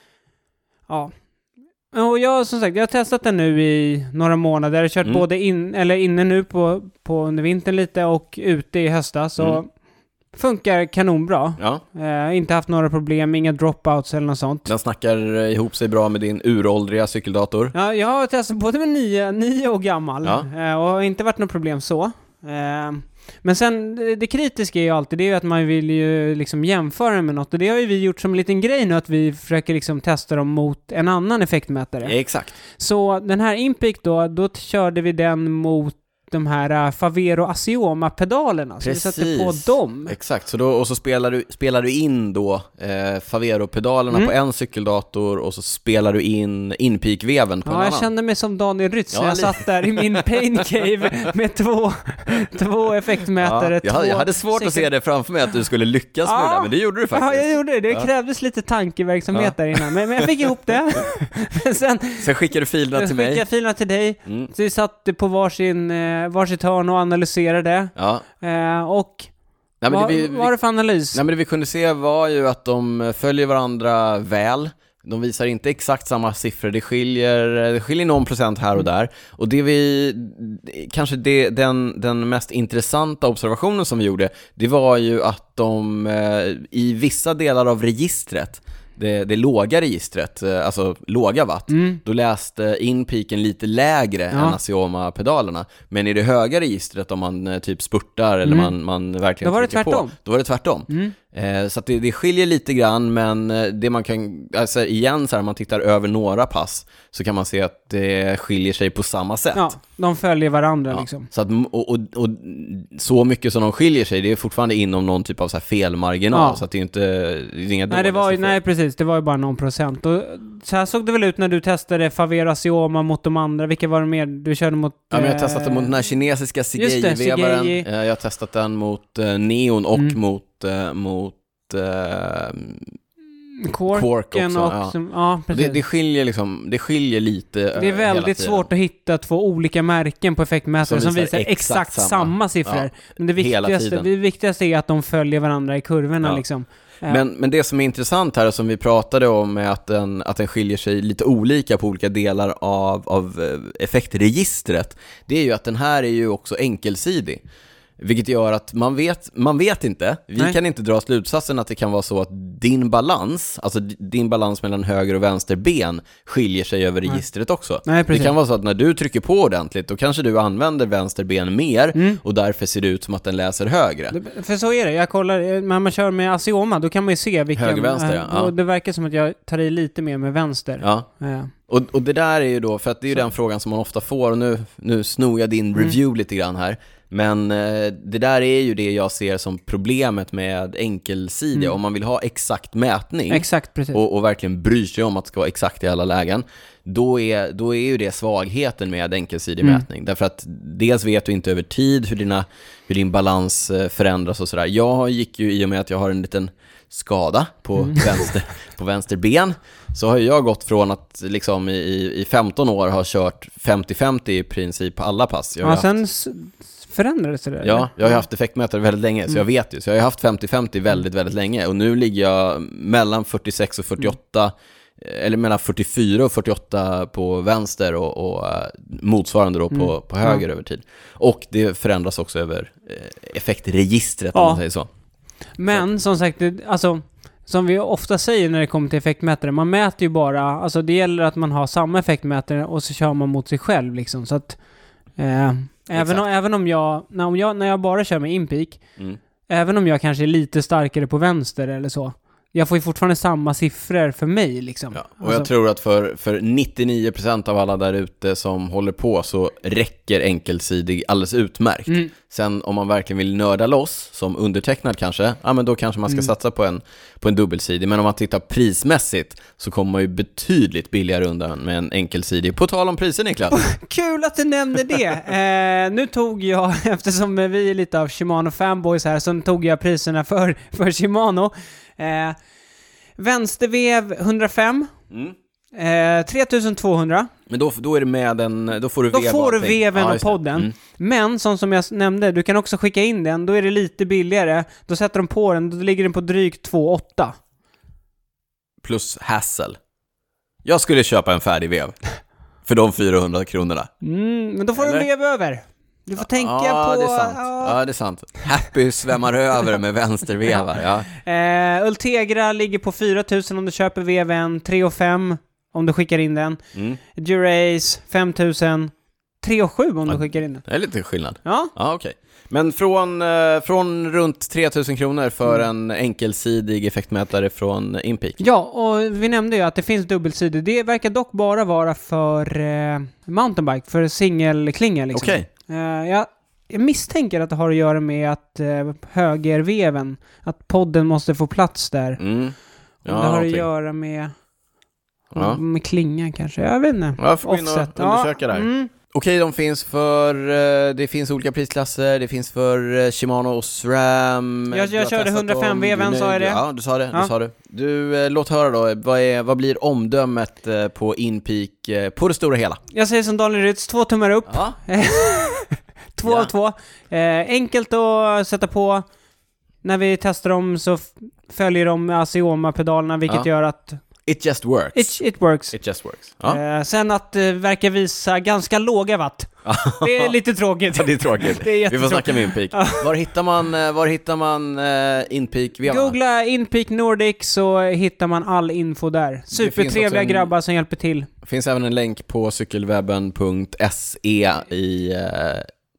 Ja. Och jag, som sagt, jag har testat den nu i några månader. Jag har kört mm. både in, eller inne nu på, på under vintern lite och ute i höstas. Så mm. funkar kanonbra. Ja. Eh, inte haft några problem, inga dropouts eller något sånt. Den snackar ihop sig bra med din uråldriga cykeldator. Ja, jag har testat både med nio, nio och gammal. Ja. Eh, och har inte varit något problem så. Eh, men sen, det kritiska är ju alltid det är ju att man vill ju liksom jämföra med något. Och det har ju vi gjort som en liten grej nu, att vi försöker liksom testa dem mot en annan effektmätare. Ja, exakt. Så den här Inpeak då, då körde vi den mot de här uh, Favero Assioma-pedalerna. Så vi satte på dem. Exakt, så då, och så spelar du, spelar du in då eh, Favero-pedalerna mm. på en cykeldator och så spelar du in Inpeak-veven på ja, en annan. Ja, jag kände mig som Daniel Rytz. Ja, jag li- satt där i min pain cave med två, två effektmätare. Ja, jag, hade, jag hade svårt cykel- att se det framför mig att du skulle lyckas ja, med det, men det gjorde du faktiskt. Ja, jag gjorde det. Det ja. krävdes lite tankeverksamhet ja. där innan, men, men jag fick ihop det. men sen, sen skickade du filerna till mig. Jag skickade filerna till dig. Mm. Så vi satt på varsin, eh, varsitt hörn och analyserade det. Ja. Eh, och nej, men vad, det vi, vad var det för analys? Nej, men det vi kunde se var ju att de följer varandra väl. De visar inte exakt samma siffror. Det skiljer, det skiljer någon procent här och där. Och det vi, kanske det, den, den mest intressanta observationen som vi gjorde, det var ju att de i vissa delar av registret, Det, det låga registret, alltså låga watt, mm. då läste Inpeaken lite lägre ja. än Assioma-pedalerna. Men i det höga registret, om man typ spurtar eller mm. man, man verkligen då var det tvärtom. på, då var det tvärtom. Mm. Eh, så att det, det skiljer lite grann, men det man kan, alltså igen så här, om man tittar över några pass så kan man se att det skiljer sig på samma sätt. Ja, de följer varandra ja, liksom. Så att, och, och, och så mycket som de skiljer sig, det är fortfarande inom någon typ av så här felmarginal, ja. Så att det är inte, det är inga nej, det var ju, nej, precis, det var ju bara någon procent. Och så här såg det väl ut när du testade Favero Asioma mot de andra. Vilka var det mer du körde mot? Ja, men jag har testat den mot den här kinesiska Sigei-vevaren. Jag har testat den mot uh, Neon och mm. mot Uh, mot uh, Quark också. Och, ja. Som, ja, precis. Det, det, skiljer liksom, det skiljer lite. Det är väldigt svårt att hitta två olika märken på effektmätare som, som visar exakt, exakt samma, samma siffror. Ja, men det viktigaste, det viktigaste är att de följer varandra i kurvorna. Ja. Liksom. Ja. Men, men det som är intressant här, som vi pratade om, är att den, att den skiljer sig lite olika på olika delar av, av effektregistret. Det är ju att den här är ju också enkelsidig. Vilket gör att man vet, man vet inte, vi Nej. kan inte dra slutsatsen att det kan vara så att din balans, alltså din balans mellan höger och vänster ben skiljer sig över registret också. Nej, det kan vara så att när du trycker på ordentligt, då kanske du använder vänster ben mer mm. och därför ser det ut som att den läser högre. Det, för så är det, jag kollar, när man kör med Asioma, då kan man ju se vilken... Höger-vänster, ja. ja. Det verkar som att jag tar i lite mer med vänster. Ja. ja. Och, och det där är ju då, för att det är ju så. Den frågan som man ofta får, och nu, nu snor jag din review mm. lite grann här. Men eh, det där är ju det jag ser som problemet med enkelsidiga. Mm. Om man vill ha exakt mätning exakt, precis. Och, och verkligen bryr sig om att det ska vara exakt i alla lägen, då är, då är ju det svagheten med enkelsidig mm. mätning. Därför att dels vet du inte över tid hur, dina, hur din balans förändras och sådär. Jag gick ju, i och med att jag har en liten skada på, mm. vänster, på vänster ben, så har jag gått från att liksom i, i femton år har kört femtio femtio i princip på alla pass. Jag ja, haft... sen förändrades det där? Ja, eller? Jag har haft effektmätare väldigt länge, mm. så jag vet ju. Så jag har haft femtio femtio väldigt, väldigt länge. Och nu ligger jag mellan fyrtiosex och fyrtioåtta, mm. eller mellan fyrtiofyra och fyrtioåtta på vänster och, och motsvarande då på, mm. på höger ja. över tid. Och det förändras också över effektregistret, ja. om man säger så. Men som sagt, det, alltså... Som vi ofta säger när det kommer till effektmätare, man mäter ju bara, alltså det gäller att man har samma effektmätare och så kör man mot sig själv liksom, så att eh, även, om, även om jag när, om jag när jag bara kör med Inpeak, mm. även om jag kanske är lite starkare på vänster eller så, jag får ju fortfarande samma siffror för mig liksom. Ja, och alltså, jag tror att för, för nittionio procent av alla där ute som håller på så räcker enkelsidig alldeles utmärkt. Mm. Sen om man verkligen vill nörda loss, som undertecknad kanske, ja men då kanske man ska mm. satsa på en, på en dubbelsidig. Men om man tittar prismässigt så kommer man ju betydligt billigare undan med en enkelsidig. På tal om priser, Niklas. Oh, kul att du nämnde det. eh, nu tog jag, eftersom vi är lite av Shimano fanboys här, så tog jag priserna för, för Shimano. Eh, vänstervev hundrafem, mm. eh, tre tusen tvåhundra. Men då, då är det med en, då får du då vev får du veven ja, och podden. Mm. Men som, som jag nämnde, du kan också skicka in den, då är det lite billigare. Då sätter de på den, då ligger den på drygt två åtta. Plus hassle. Jag skulle köpa en färdig vev för de fyrahundra kronorna. Mm, men då får Eller? du vev över. Du får tänka ja, på... Det är sant. Ja. ja, det är sant. Happy svämmar över med vänstervevar. Ja. Eh, Ultegra ligger på fyra tusen om du köper veven, tre och fem om du skickar in den. Mm. Durace, fem tusen, tre och sju om ja, du skickar in den. Det är lite skillnad. Ja, ja okej. Okay. Men från, eh, från runt tre tusen kronor för mm. en enkelsidig effektmätare från Inpeak. Ja, och vi nämnde ju att det finns dubbelsidig. Det verkar dock bara vara för eh, mountainbike, för singelklinga liksom. Okej. Okay. Uh, jag, jag misstänker att det har att göra med att uh, högerveven, att podden måste få plats där. Mm. Ja, det har okay. att göra med ja. med klingan kanske. Jag vet inte. Ja, får vi nog undersöka ja. där. Mm. Okej, okay, de finns för uh, det finns olika prisklasser. Det finns för uh, Shimano och SRAM. Jag, jag körde hundrafem-veven, sa jag det? Ja, du sa det. Ja. Du, sa det. du uh, låt höra då. Vad, är, vad blir omdömet uh, på Inpeak uh, på det stora hela? Jag säger som Daniel Rytz, två tummar upp. Ja. Två ja. av två. Eh, enkelt att sätta på. När vi testar dem så f- följer de Asioma-pedalerna, vilket ja. gör att... It just works. It, it works. It just works. Ja. Eh, sen att det eh, verkar visa ganska låga watt. Det är lite tråkigt. Ja, det är tråkigt. Det är vi får snacka med Inpeak. Ja. Var hittar man, var hittar man uh, Inpeak? Googla Inpeak Nordic så hittar man all info där. Supertrevliga en... grabbar som hjälper till. Det finns även en länk på cykelwebben punkt se i... Uh,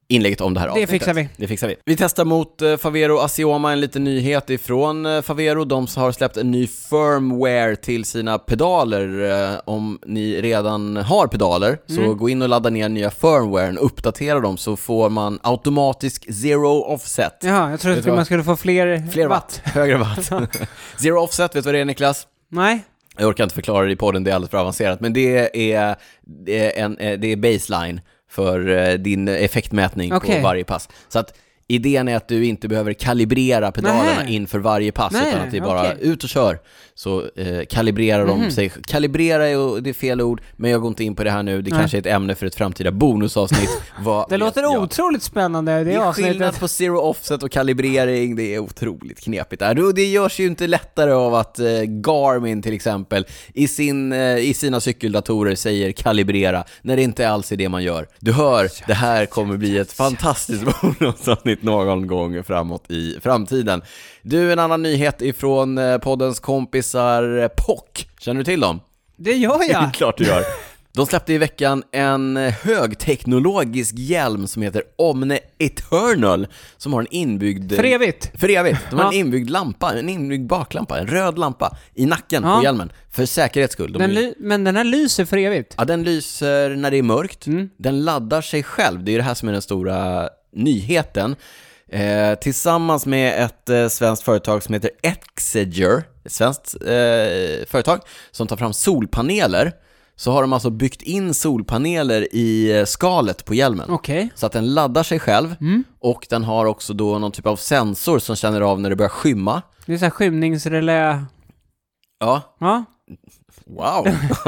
inlägget om det här det avsnittet. Fixar vi. Det fixar vi. Vi testar mot uh, Favero Asioma, en liten nyhet ifrån uh, Favero. De har släppt en ny firmware till sina pedaler. Uh, om ni redan har pedaler mm. så gå in och ladda ner nya firmwaren, uppdatera dem så får man automatisk zero offset. Ja, jag tror att man skulle få fler, fler watt. watt. Högre watt. Zero offset, vet du vad det är, Niklas? Nej. Jag orkar inte förklara det i podden, det är alldeles för avancerat. Men det är, det är, en, det är baseline för din effektmätning okay. på varje pass. Så att idén är att du inte behöver kalibrera pedalerna Nej. inför varje pass. Nej, utan att det är bara okay. ut och kör. Så eh, kalibrerar de mm. sig. Kalibrera är, det är fel ord, men jag går inte in på det här nu. Det Nej. kanske är ett ämne för ett framtida bonusavsnitt. Vad det låter jag, otroligt spännande. Det, det är skillnad på zero offset och kalibrering. Det är otroligt knepigt. Det görs ju inte lättare av att eh, Garmin till exempel i, sin, eh, i sina cykeldatorer säger kalibrera, när det inte alls är det man gör. Du hör, det här kommer bli ett fantastiskt bonusavsnitt någon gång framåt i framtiden. Du, en annan nyhet ifrån poddens kompisar P O C. Känner du till dem? Det gör jag. Klart du gör. De släppte i veckan en högteknologisk hjälm som heter Omne Eternal, som har en inbyggd... För evigt. För evigt. De har ja. en inbyggd lampa, en inbyggd baklampa, en röd lampa i nacken ja. på hjälmen. För säkerhets skull. De den ly- men den här lyser för evigt? Ja, den lyser när det är mörkt. Mm. Den laddar sig själv. Det är det här som är den stora nyheten. Eh, tillsammans med ett eh, svenskt företag som heter Exeger, ett svenskt eh, företag som tar fram solpaneler, så har de alltså byggt in solpaneler i eh, skalet på hjälmen. Okay. Så att den laddar sig själv mm. och den har också då någon typ av sensor som känner av när det börjar skymma. Det är så här skymningsrelä. Ja. Ja. Wow.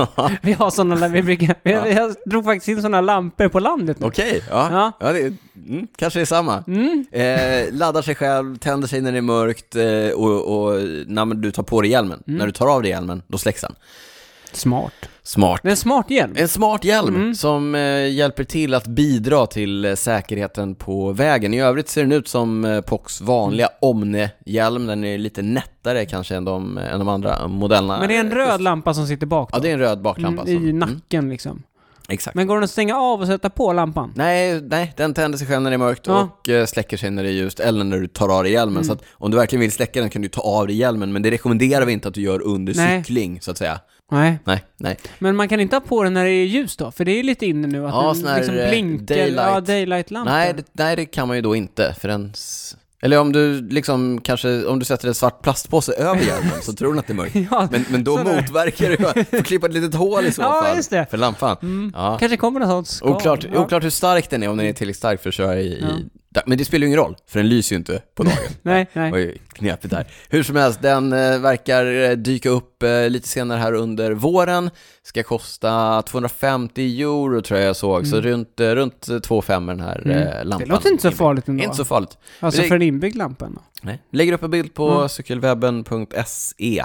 vi har såna vi brukar vi, ja. jag drog faktiskt in såna lampor på landet nu. Okej, okay, ja. ja. ja det är, mm, kanske är samma. Mm. Eh, laddar sig själv, tänder sig när det är mörkt eh, och, och när du tar på dig hjälmen. Mm. När du tar av dig hjälmen, då släcks den. Smart. Smart. Det är en smart hjälm. En smart hjälm mm. som eh, hjälper till att bidra till eh, säkerheten på vägen. I övrigt ser den ut som eh, P O Cs vanliga Omne-hjälm. Den är lite nättare kanske än de, än de andra modellerna. Men det är en röd lampa som sitter bak då? Ja, det är en röd baklampa. Mm, I nacken mm. liksom. Exakt. Men går den att stänga av och sätta på lampan? Nej, nej, den tänder sig själv när det är mörkt ja. och uh, släcker sig när det är ljust eller när du tar av dig hjälmen. Mm. Så att om du verkligen vill släcka den kan du ta av dig hjälmen, men det rekommenderar vi inte att du gör under nej. cykling så att säga. Nej. nej, nej. Men man kan inte ha på den när det är ljus då? För det är lite inne nu att ja, den liksom blinkar. Daylight. Ja, daylight-lampa. Nej det, nej, det kan man ju då inte. För den... Eller om du liksom kanske, om du sätter en svart plastpåse över hjälmen så tror du att det är mörkt. ja, men, men då motverkar du får klippa ett litet hål i så ja, fall just det. för lampan. Mm. Ja. Kanske kommer något sånt skal. Oklart, ja. oklart hur stark den är, om den är tillräckligt stark för att köra i... Ja. i men det spelar ju ingen roll, för den lyser ju inte på dagen. nej, nej. Oj, knepigt där. Hur som helst, den eh, verkar dyka upp eh, lite senare här under våren. Ska kosta tvåhundrafemtio euro tror jag jag såg. Mm. Så runt, eh, runt två fem med den här mm. eh, lampan. Det låter inte så farligt ändå. Inte så farligt. Alltså för en inbyggd lampa ändå. Nej. Lägger upp en bild på mm. cykelwebben punkt se.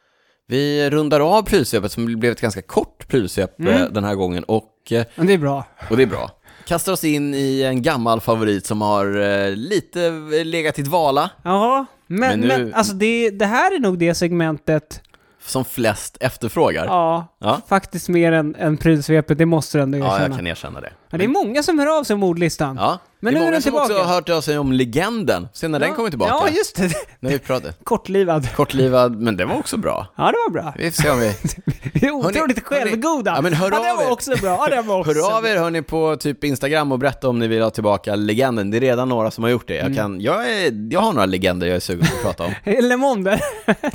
Vi rundar av prylsvepet som blev ett ganska kort prylsvep mm. eh, den här gången. Och, eh, Men det är bra. Och det är bra. Kastar oss in i en gammal favorit som har eh, lite legat i dvala. Ja, men, men, nu, men alltså det, det här är nog det segmentet som flest efterfrågar. Ja, ja. faktiskt mer än, än prylsvepet, det måste du ändå erkänna. Ja, jag kan erkänna det. Ja, det är många som hör av sig om ordlistan. Ja, men det är nu många är den som också har hört av sig om legenden. Sen när ja. den kommer tillbaka. Ja, just det. När vi pratade. Kortlivad. Kortlivad, men det var också bra. Ja, det var bra. Vi får se om vi... det är otroligt självgoda. Ja, men hör ja, det var er. också bra. Ja, det var också hör av er, hörni, på typ Instagram och berätta om ni vill ha tillbaka legenden. Det är redan några som har gjort det. Jag, kan, jag, är, jag har några legender jag är sugen på att prata om. LeMond där.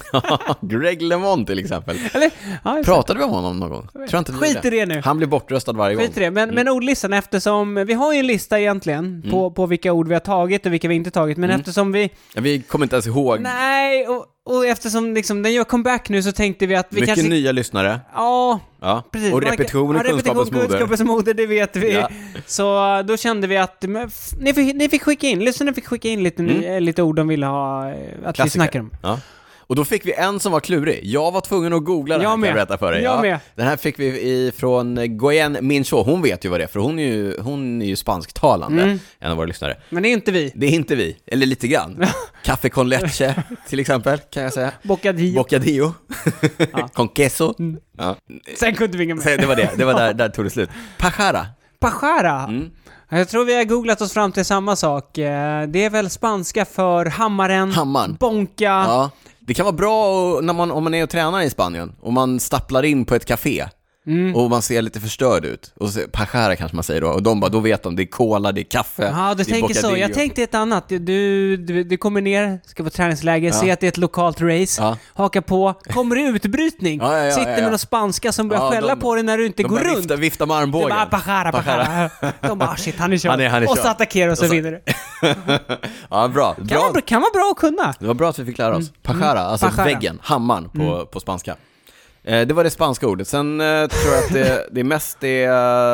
Greg LeMond till exempel. Eller, ja, pratade vi om honom någon gång? Tror inte Skit i det nu. Han blir bortröstad varje gång. Skit i det. Men, mm. men ordlistan, eftersom vi har ju en lista egentligen mm. på, på vilka ord vi har tagit och vilka vi inte tagit. Men mm. eftersom vi... Ja, vi kommer inte ens ihåg. Nej, och, och eftersom liksom, den gör comeback nu så tänkte vi att vi mycket kanske... Mycket nya lyssnare. Ja, ja. precis. Och repetition och ja, kunskapens moder. kunskapens moder, det vet vi. Ja. Så då kände vi att ni fick, ni fick skicka in, lyssnarna fick skicka in lite, mm. ny, lite ord de ville ha, att Klassiker. Vi snackar om. Ja. Och då fick vi en som var klurig. Jag var tvungen att googla det här, kan jag berätta för dig. Jag ja. med. Den här fick vi ifrån Goyen Mincho. Hon vet ju vad det är, för hon är ju, hon är ju spansktalande, mm. en av våra lyssnare. Men det är inte vi. Det är inte vi, eller lite grann. Café con leche, till exempel, kan jag säga. Bocadillo. Bocadillo. Ja. Con queso. Mm. Ja. Sen kunde vi inga mer. Sen, det var det, det var där, där tog det slut. Pajara. Pajara? Mm. Jag tror vi har googlat oss fram till samma sak. Det är väl spanska för hammaren, Hammaren. bonka. Ja. Det kan vara bra när man, om man är och tränar i Spanien och man stapplar in på ett café. Mm. Och man ser lite förstörd ut. Och så, pajara kanske man säger då. Och de bara, då vet de, det är cola, det är kaffe. Ja, du tänker så. Jag tänkte ett annat. Du, du, du kommer ner, ska på träningsläger, ja. Se att det är ett lokalt race, ja. Haka på, kommer det utbrytning. Ja, ja, ja, sitter ja, ja. med någon spanska som börjar ja, skälla de, på dig när du inte går vifta, runt. Vifta med armbågen. Det bara, pajara, pajara. De bara, shit, han är kör. Han är, han är och så attackerar och så, så vidare. Ja, bra. Kan, bra. Vara, kan vara bra att kunna. Det var bra att vi fick lära oss. Pajara, alltså pajara. Väggen, hammaren på, mm. på spanska. Det var det spanska ordet. Sen eh, tror jag att det, det mest är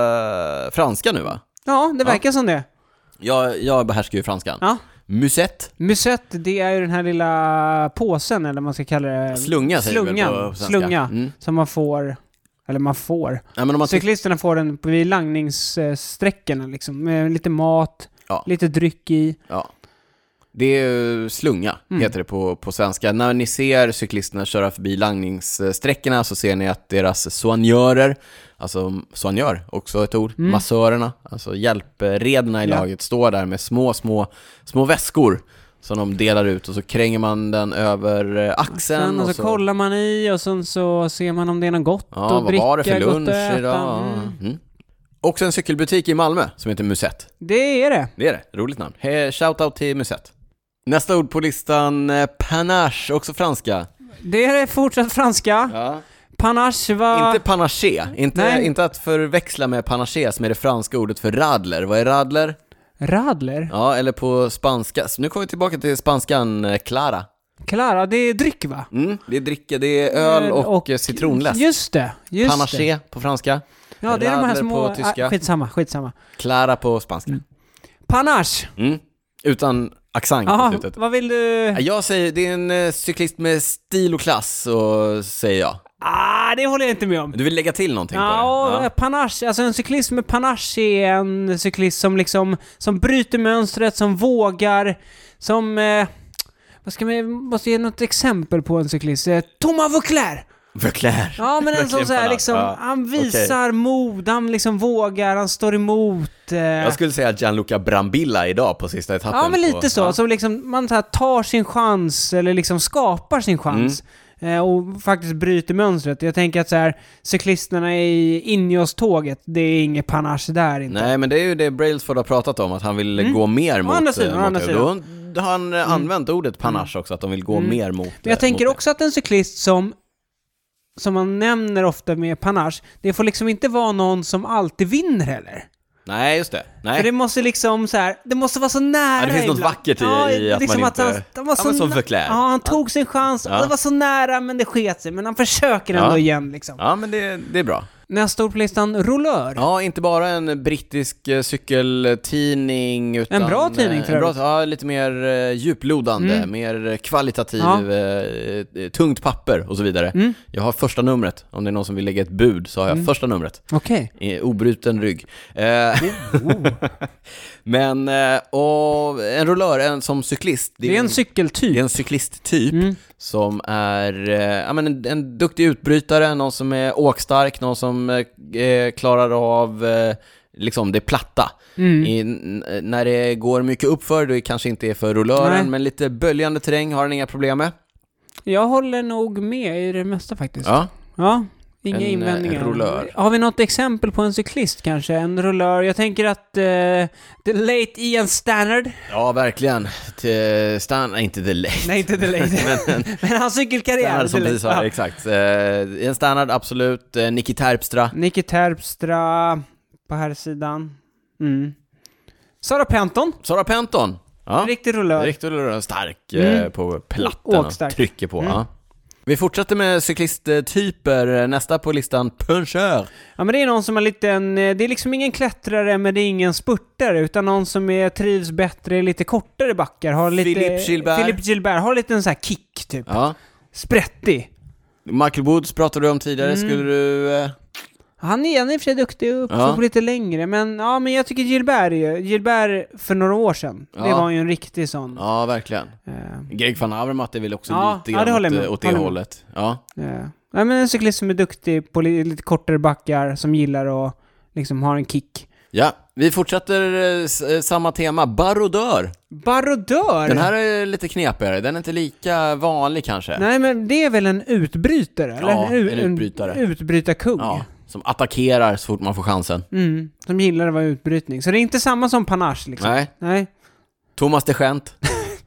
uh, franska nu, va? Ja, det verkar ja. som det. Jag, jag behärskar ju franskan. Ja. Musette. Musette, det är ju den här lilla påsen, eller man ska kalla det. Slunga, säger Slunga, väl på slunga mm. som man får, eller man får. Ja, men om man cyklisterna får den vid langningssträckorna liksom, med lite mat, ja. lite dryck i. Ja. Det är slunga, mm. heter det på, på svenska. När ni ser cyklisterna köra förbi langningssträckorna så ser ni att deras soignörer, alltså soignör, också ett ord, mm. massörerna, alltså hjälprederna i ja. laget, står där med små, små, små väskor som de delar ut och så kränger man den över axeln. Och så, och så kollar man i och sen så ser man om det är något gott ja, och dricka, vad var det för lunch idag? Mm. Mm. Också en cykelbutik i Malmö som heter Musette. Det är det. Det är det, roligt namn. Hey, shoutout till Musette. Nästa ord på listan, eh, panache, också franska. Det är fortsatt franska. Ja. Panache var... Inte panaché, inte, inte att förväxla med panaché som är det franska ordet för radler. Vad är radler? Radler? Ja, eller på spanska. Nu kommer vi tillbaka till spanskan, eh, clara. Clara, det är dryck, va? Mm, det är dricka, det är öl och, och citronläsk. Just det, just panaché det. på franska. Ja, det är de här små... på tyska. Ah, skitsamma, skitsamma. Clara på spanska. Mm. Panache. Mm. Utan accent på slutet. Vad vill du? Jag säger, det är en uh, cyklist med stil och klass, så säger jag. Ah, det håller jag inte med om. Du vill lägga till någonting ja, på det? Ja, panache, alltså en cyklist med panache är en cyklist som liksom, som bryter mönstret, som vågar, som, eh, vad ska man, måste ge något exempel på en cyklist. Eh, Thomas Vauclair. Vauclair. Ja, men en sån så här, liksom, ja. han visar okay. mod, han liksom vågar, han står emot. Eh. Jag skulle säga Gianluca Brambilla idag på sista etappen. Ja, men lite på, så. Ja. Så liksom, man så här, tar sin chans, eller liksom skapar sin chans. Mm. Eh, och faktiskt bryter mönstret. Jag tänker att så här, cyklisterna i Ineos-tåget, det är inget panache där inte. Nej, men det är ju det Brailsford har pratat om, att han vill mm. gå mer mot... Andra sidan, mot andra sidan. Då har han mm. använt ordet panache också, att de vill gå mm. mer mot... Men jag tänker mot också att en cyklist som som man nämner ofta med panache, det får liksom inte vara någon som alltid vinner heller. Nej, just det. Nej. För det måste liksom så här, det måste vara så nära. Ja, det finns något vackert i, ja, i att liksom man inte... Att han, han var så, så Vauclair. Ja, han tog sin chans. Ja. Det var så nära, men det sket sig. Men han försöker ändå ja. igen liksom. Ja, men det, det är bra. Nästa ord på listan, Rouleur. Ja, inte bara en brittisk uh, cykeltidning utan... En bra tidning för övrigt. Ja, lite mer uh, djuplodande, mm. mer kvalitativ, ja. uh, tungt papper och så vidare. Mm. Jag har första numret. Om det är någon som vill lägga ett bud så har jag mm. första numret. Okej. Okay. Obruten rygg. Uh, oh. Men, uh, och en rouleur, en som cyklist. Det är, det är en, en cykeltyp. Det är en cyklisttyp. Mm. Som är eh, ja, men en, en duktig utbrytare, någon som är åkstark, någon som eh, klarar av eh, liksom det platta. Mm. I, n- när det går mycket uppför, då kanske inte är för roulören, men lite böljande terräng har han inga problem med. Jag håller nog med i det mesta faktiskt. Ja. Ja. Inga en, invändningar. En rouleur. Har vi något exempel på en cyklist kanske? En rouleur. Jag tänker att uh, The Late Ian Stannard. Ja, verkligen. Till Stan... Nej, inte The Late. Nej, inte The Late. men, men hans cykelkarriär. Stannard som precis sa, exakt. Uh, Ian Stannard, absolut. Uh, Nicky Terpstra. Nicky Terpstra på här sidan. Mm. Sarah Penton. Sarah Penton. Ja. Riktig rouleur. Riktig rouleur. Stark mm. uh, på plattan. Och trycker på. Mm. Ja. Vi fortsätter med cyklisttyper. Nästa på listan, punchör. Ja, men det är någon som har lite en, det är liksom ingen klättrare, men det är ingen spurtare, utan någon som är, trivs bättre i lite kortare backar. Har lite, Philippe Gilbert. Philippe Gilbert har lite en sån här kick typ. Ja. Sprättig. Michael Woods pratade du om tidigare. Mm. Skulle du... Eh... Han är, han är i och för sig duktig upp ja. på lite längre, men ja, men jag tycker Gilbert är, Gilbert för några år sedan. Ja. Det var ju en riktig sån. Ja, verkligen. Uh. Greg van Avermaet är väl också ja, lite grann ja, det åt, åt det hållet. Ja. Ja. Ja, men en cyklist som är duktig på lite, lite kortare backar, som gillar att liksom ha en kick. Ja, Vi fortsätter eh, samma tema, barodör. Barodör? Den här är lite knepigare, den är inte lika vanlig kanske. Nej, men det är väl en utbrytare? Eller? Ja, en, en utbrytare. En utbrytarkung. Ja, som attackerar så fort man får chansen. Mm, som gillar att vara utbrytning. Så det är inte samma som panache liksom. Nej. Nej. Thomas de Gent.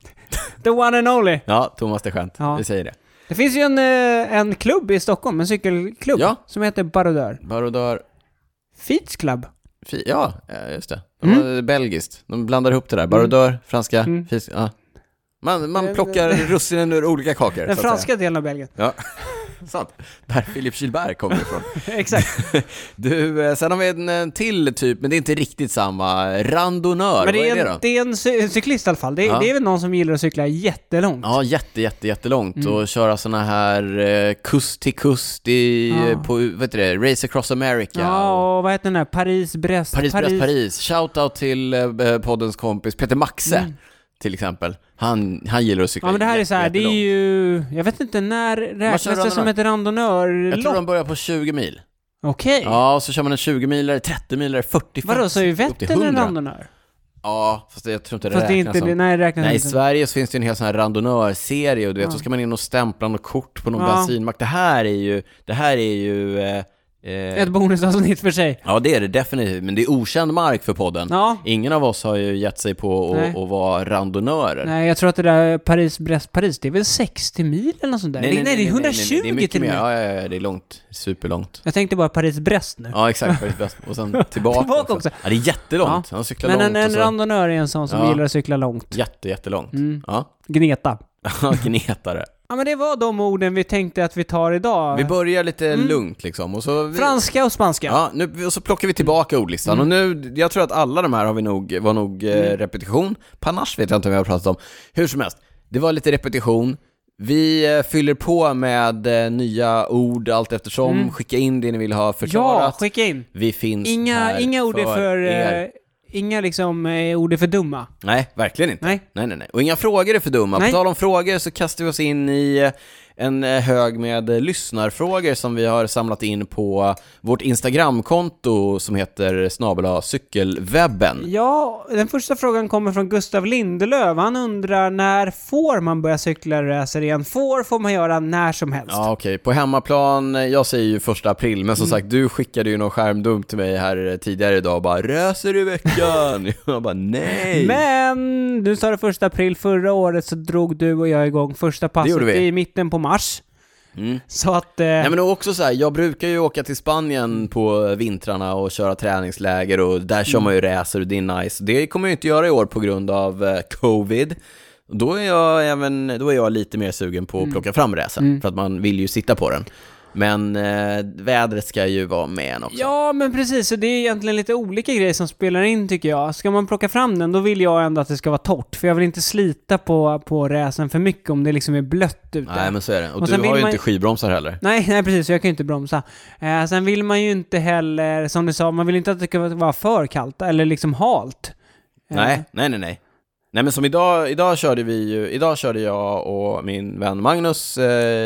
The one and only. Ja, Thomas de Gent. Ja. Vi säger det. Det finns ju en, en klubb i Stockholm, en cykelklubb, ja. Som heter Barodör. Barodör. Feats Club. F- ja, just det. De mm. var belgiskt. De blandar ihop det där. Barodör, mm. franska, mm. Feats, ja. Man, man plockar russinen ur olika kakor. Den franska delen av Belgien. Ja. Sant. Där Philippe Gilbert kommer ifrån. Exakt. Du, sen har vi en till typ, men det är inte riktigt samma. Randonnör, men det är, vad är det en, då? Det är en cy- cyklist i alla fall. Det är, ja. det är väl någon som gillar att cykla jättelångt. Ja, jätte, jätte, jättelångt. Mm. Och köra såna här eh, kust till kust i, ja. på, vad heter det? Race Across America. Ja, och vad heter den här? Paris, Brest. Paris, Paris. Brest, Paris. Shoutout till eh, poddens kompis Peter Maxe. Mm. Till exempel. Han, han gillar att cykla. Ja, men det här är så här, det är ju... Jag vet inte, när räknas det som ett randonnör? Jag tror de börjar på tjugo mil. Okej. Okay. Ja, och så kör man en tjugo milare, trettio milare, fyrtio, vadå, så är ju Vättern en randonnör? Ja, fast jag tror inte det fast räknas det inte, som... Nej, det räknas nej, inte. I Sverige så finns det ju en hel sån här randonnörserie och du vet, ja. Så ska man in och stämpla något kort på någon ja. bensinmack. Det här är ju... Det här är ju... Eh, Ett bonusavsnitt för sig. Ja, det är det definitivt. Men det är okänd mark för podden. Ja. Ingen av oss har ju gett sig på att vara randonnörer. Nej, jag tror att det där Paris, Brest, Paris, det är väl sextio mil eller något sånt där. Nej, nej, nej, nej, det är hundratjugo nej, nej, nej, det är mycket mer. Ja, ja, ja, det är långt. Superlångt. Jag tänkte bara Paris, Brest nu. Ja, exakt. Paris, Brest. Och sen tillbaka, tillbaka också. också. Ja, det är jättelångt. Ja. Han cyklar men långt. Men en, en så... randonnör är en sån som ja. gillar att cykla långt. Jätte, jättelångt. Mm. Ja. Gneta. Ja, gnetare. Ja, men det var de orden vi tänkte att vi tar idag. Vi börjar lite mm. lugnt liksom. Och så vi... Franska och spanska. Ja, nu, och så plockar vi tillbaka ordlistan. Mm. Och nu, jag tror att alla de här har vi nog, var nog mm. eh, repetition. Panache vet jag inte om vi har pratat om. Hur som helst, det var lite repetition. Vi eh, fyller på med eh, nya ord allt eftersom. Mm. Skicka in det ni vill ha förklarat. Ja, skicka in. Vi finns inga, här inga ord för, för er. Eh, inga liksom eh, ord är för dumma. Nej, verkligen inte. Nej. nej, nej, nej. Och inga frågor är för dumma. Nej. På tal om frågor så kastar vi oss in i en hög med lyssnarfrågor som vi har samlat in på vårt Instagramkonto som heter snabel-a cykelwebben. Ja, den första frågan kommer från Gustav Lindelöv. Han undrar, när får man börja cykla racer igen? Får får man göra när som helst. Ja, okej. Okay. På hemmaplan, jag säger ju första april, men som mm. sagt, du skickade ju någon skärmdump till mig här tidigare idag och bara, racer i veckan. Jag bara, nej. Men du sa det första april förra året, så drog du och jag igång första passet i mitten på mars. Mm. Så att... Eh... Nej, men också så här, jag brukar ju åka till Spanien på vintrarna och köra träningsläger och där kör man ju racer och det är nice. Det kommer jag inte göra i år på grund av eh, covid. Då är jag även då är jag lite mer sugen på att plocka fram racen mm. för att man vill ju sitta på den. Men eh, vädret ska ju vara med en också. Ja, men precis. Så det är egentligen lite olika grejer som spelar in, tycker jag. Ska man plocka fram den, då vill jag ändå att det ska vara torrt. För jag vill inte slita på, på räsen för mycket om det liksom är blött ute. Nej, men så är det. Och, och du har ju man... inte skivbromsar heller. Nej, nej, precis. Jag kan ju inte bromsa. Eh, sen vill man ju inte heller, som du sa, man vill inte att det ska vara för kallt eller liksom halt. Eh. Nej, nej, nej, nej. Nej, men som idag, idag körde vi ju, idag körde jag och min vän Magnus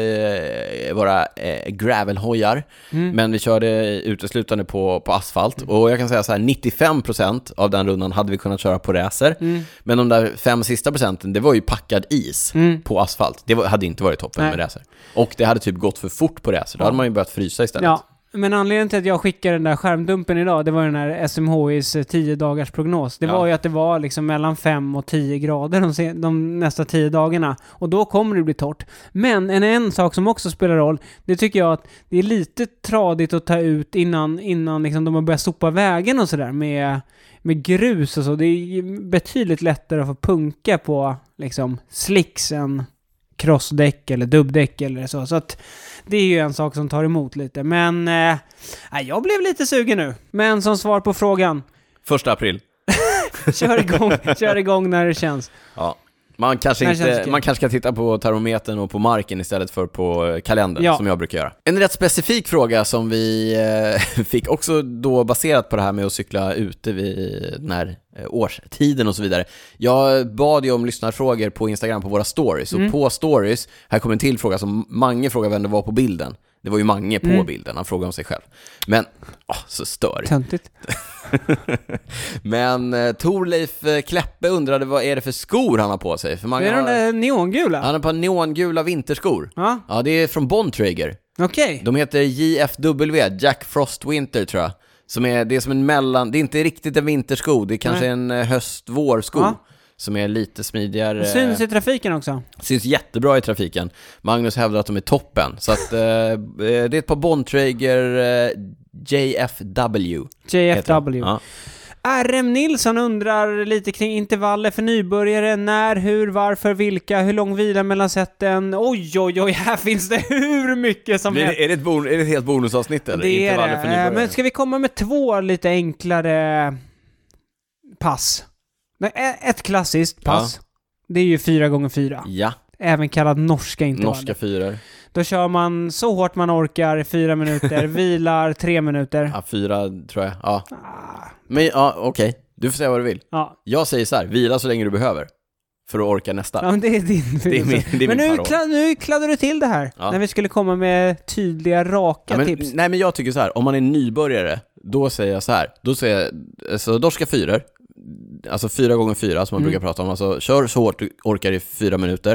eh, våra eh, gravelhojar, mm. men vi körde uteslutande på, på asfalt mm. och jag kan säga så här, nittiofem procent av den rundan hade vi kunnat köra på racer, mm. men de där fem sista procenten, det var ju packad is mm. på asfalt. Det var, hade inte varit toppen Nej. med racer. Och det hade typ gått för fort på racer, då ja. hade man ju börjat frysa istället. Ja. Men anledningen till att jag skickade den där skärmdumpen idag, det var den här S M H I:s tio dagars prognos. Det ja. var ju att det var liksom mellan fem och tio grader de, de nästa tio dagarna. Och då kommer det bli torrt. Men en, en sak som också spelar roll, det tycker jag att det är lite tradigt att ta ut innan, innan liksom de har börjat sopa vägen och sådär med, med grus och så. Det är betydligt lättare att få punka på liksom slicks än crossdäck eller dubbdäck eller så. Så att det är ju en sak som tar emot lite. Men eh, jag blev lite sugen nu. Men som svar på frågan. Första april. kör, igång, kör igång när det känns. Ja. Man kanske, inte, man kanske ska titta på termometern och på marken istället för på kalendern, ja. som jag brukar göra. En rätt specifik fråga som vi eh, fick också då baserat på det här med att cykla ute vid den här eh, årstiden och så vidare. Jag bad ju om lyssnarfrågor på Instagram på våra stories. Mm. Och på stories, här kommer en till fråga som många frågar vem det var på bilden. Det var ju Mange på mm. bilden, han frågade om sig själv. Men, åh, så stör. Töntigt. Men eh, Torleif Kleppe undrade vad är det för skor han har på sig. För det är de där neongula. Han har på neongula vinterskor. Ja, ja det är från Bontrager. Okej. Okay. De heter J F W, Jack Frost Winter tror jag. Som är, det är som en mellan, det är inte riktigt en vintersko, det är kanske Nej. en höst-vårsko. Ja. Som är lite smidigare. Det syns i trafiken också. Syns jättebra i trafiken. Magnus hävdar att de är toppen. Så att eh, det är ett par Bontrager eh, J F W. J F W. Ja. R M Nilsson undrar lite kring intervaller för nybörjare. När, hur, varför, vilka, hur lång vila mellan sätten. Oj, oj, oj, här finns det hur mycket som helst. Är det ett, bon- är det ett helt bonusavsnitt eller? Det är intervaller det. För nybörjare? Men ska vi komma med två lite enklare pass? Nej, ett klassiskt pass. Ja. Det är ju fyra gånger fyra. Ja. Även kallad norska intervaller. Norska fyror. Då kör man så hårt man orkar fyra minuter, vilar tre minuter. Ja, fyra tror jag. Ja. Ah. Men ja, okej. Okay. Du får säga vad du vill. Ja. Jag säger så här, vila så länge du behöver. För att orka nästa. Ja, men det är din. Det är min, det är men min nu, kla- nu kladdar du till det här. Ja. När vi skulle komma med tydliga, raka ja, men, tips. Nej, men jag tycker så här. Om man är nybörjare, då säger jag så här. Då säger jag, alltså norska fyror. Alltså fyra gånger fyra som man mm. brukar prata om. Alltså kör så hårt du orkar i fyra minuter.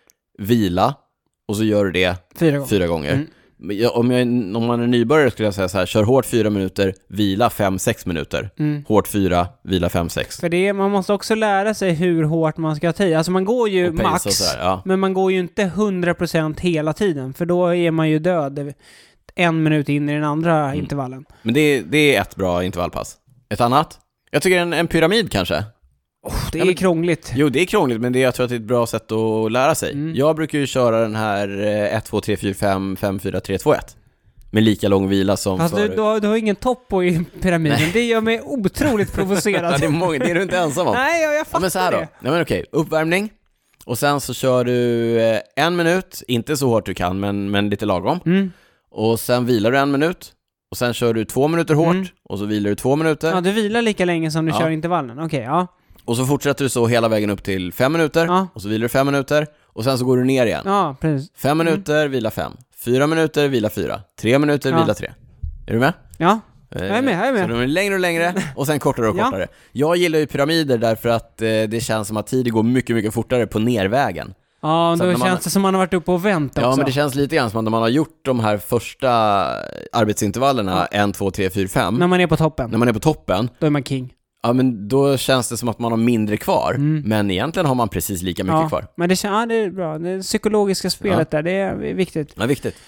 Vila. Och så gör du det fyra gånger. Fyra gånger. Mm. Jag, om, jag, om man är nybörjare skulle jag säga så här. Kör hårt fyra minuter, vila fem, sex minuter. Mm. Hårt fyra, vila fem, sex. För det, man måste också lära sig hur hårt man ska ta i. Alltså man går ju max, här, ja. Men man går ju inte hundra procent hela tiden. För då är man ju död en minut in i den andra mm. intervallen. Men det, det är ett bra intervallpass. Ett annat? Jag tycker en, en pyramid kanske. Oh, det är ja, men, krångligt. Jo, det är krångligt, men det, jag tror att det är ett bra sätt att lära sig. Mm. Jag brukar ju köra den här ett, två, tre, fyra, fem, fem, fyra, tre, två, ett. Med lika lång vila som alltså, förut. Du, du, har, du har ingen topp på i pyramiden. Nej. Det gör mig otroligt provocerad. Ja, det, är många, det är du inte ensam om. Nej, jag, jag fattar ja, men så här då. det. Nej, men okej, uppvärmning. Och sen så kör du eh, en minut. Inte så hårt du kan, men, men lite lagom. Mm. Och sen vilar du en minut. Och sen kör du två minuter hårt. Mm. Och så vilar du två minuter. Ja, du vilar lika länge som du ja. kör intervallen. Okej, okay, ja. Och så fortsätter du så hela vägen upp till fem minuter. Ja. Och så vilar du fem minuter. Och sen så går du ner igen. Ja, precis. Fem minuter, mm. vila fem. Fyra minuter, vila fyra. Tre minuter, ja. vila tre. Är du med? Ja, jag är med, jag är med. Så de är längre och längre och sen kortare och kortare. Ja. Jag gillar ju pyramider därför att eh, det känns som att tiden går mycket, mycket fortare på nervägen. Ja, så då känns man, det som man har varit uppe och vänt också. Ja, men det känns lite grann som att när man har gjort de här första arbetsintervallerna, ja. ett, två, tre, fyra, fem. När man är på toppen. När man är på toppen. Då är man king. Ja, men då känns det som att man har mindre kvar. Mm. Men egentligen har man precis lika mycket ja, kvar. Men det, ja, det är bra. Det psykologiska spelet ja. där, det är viktigt. Ja, viktigt.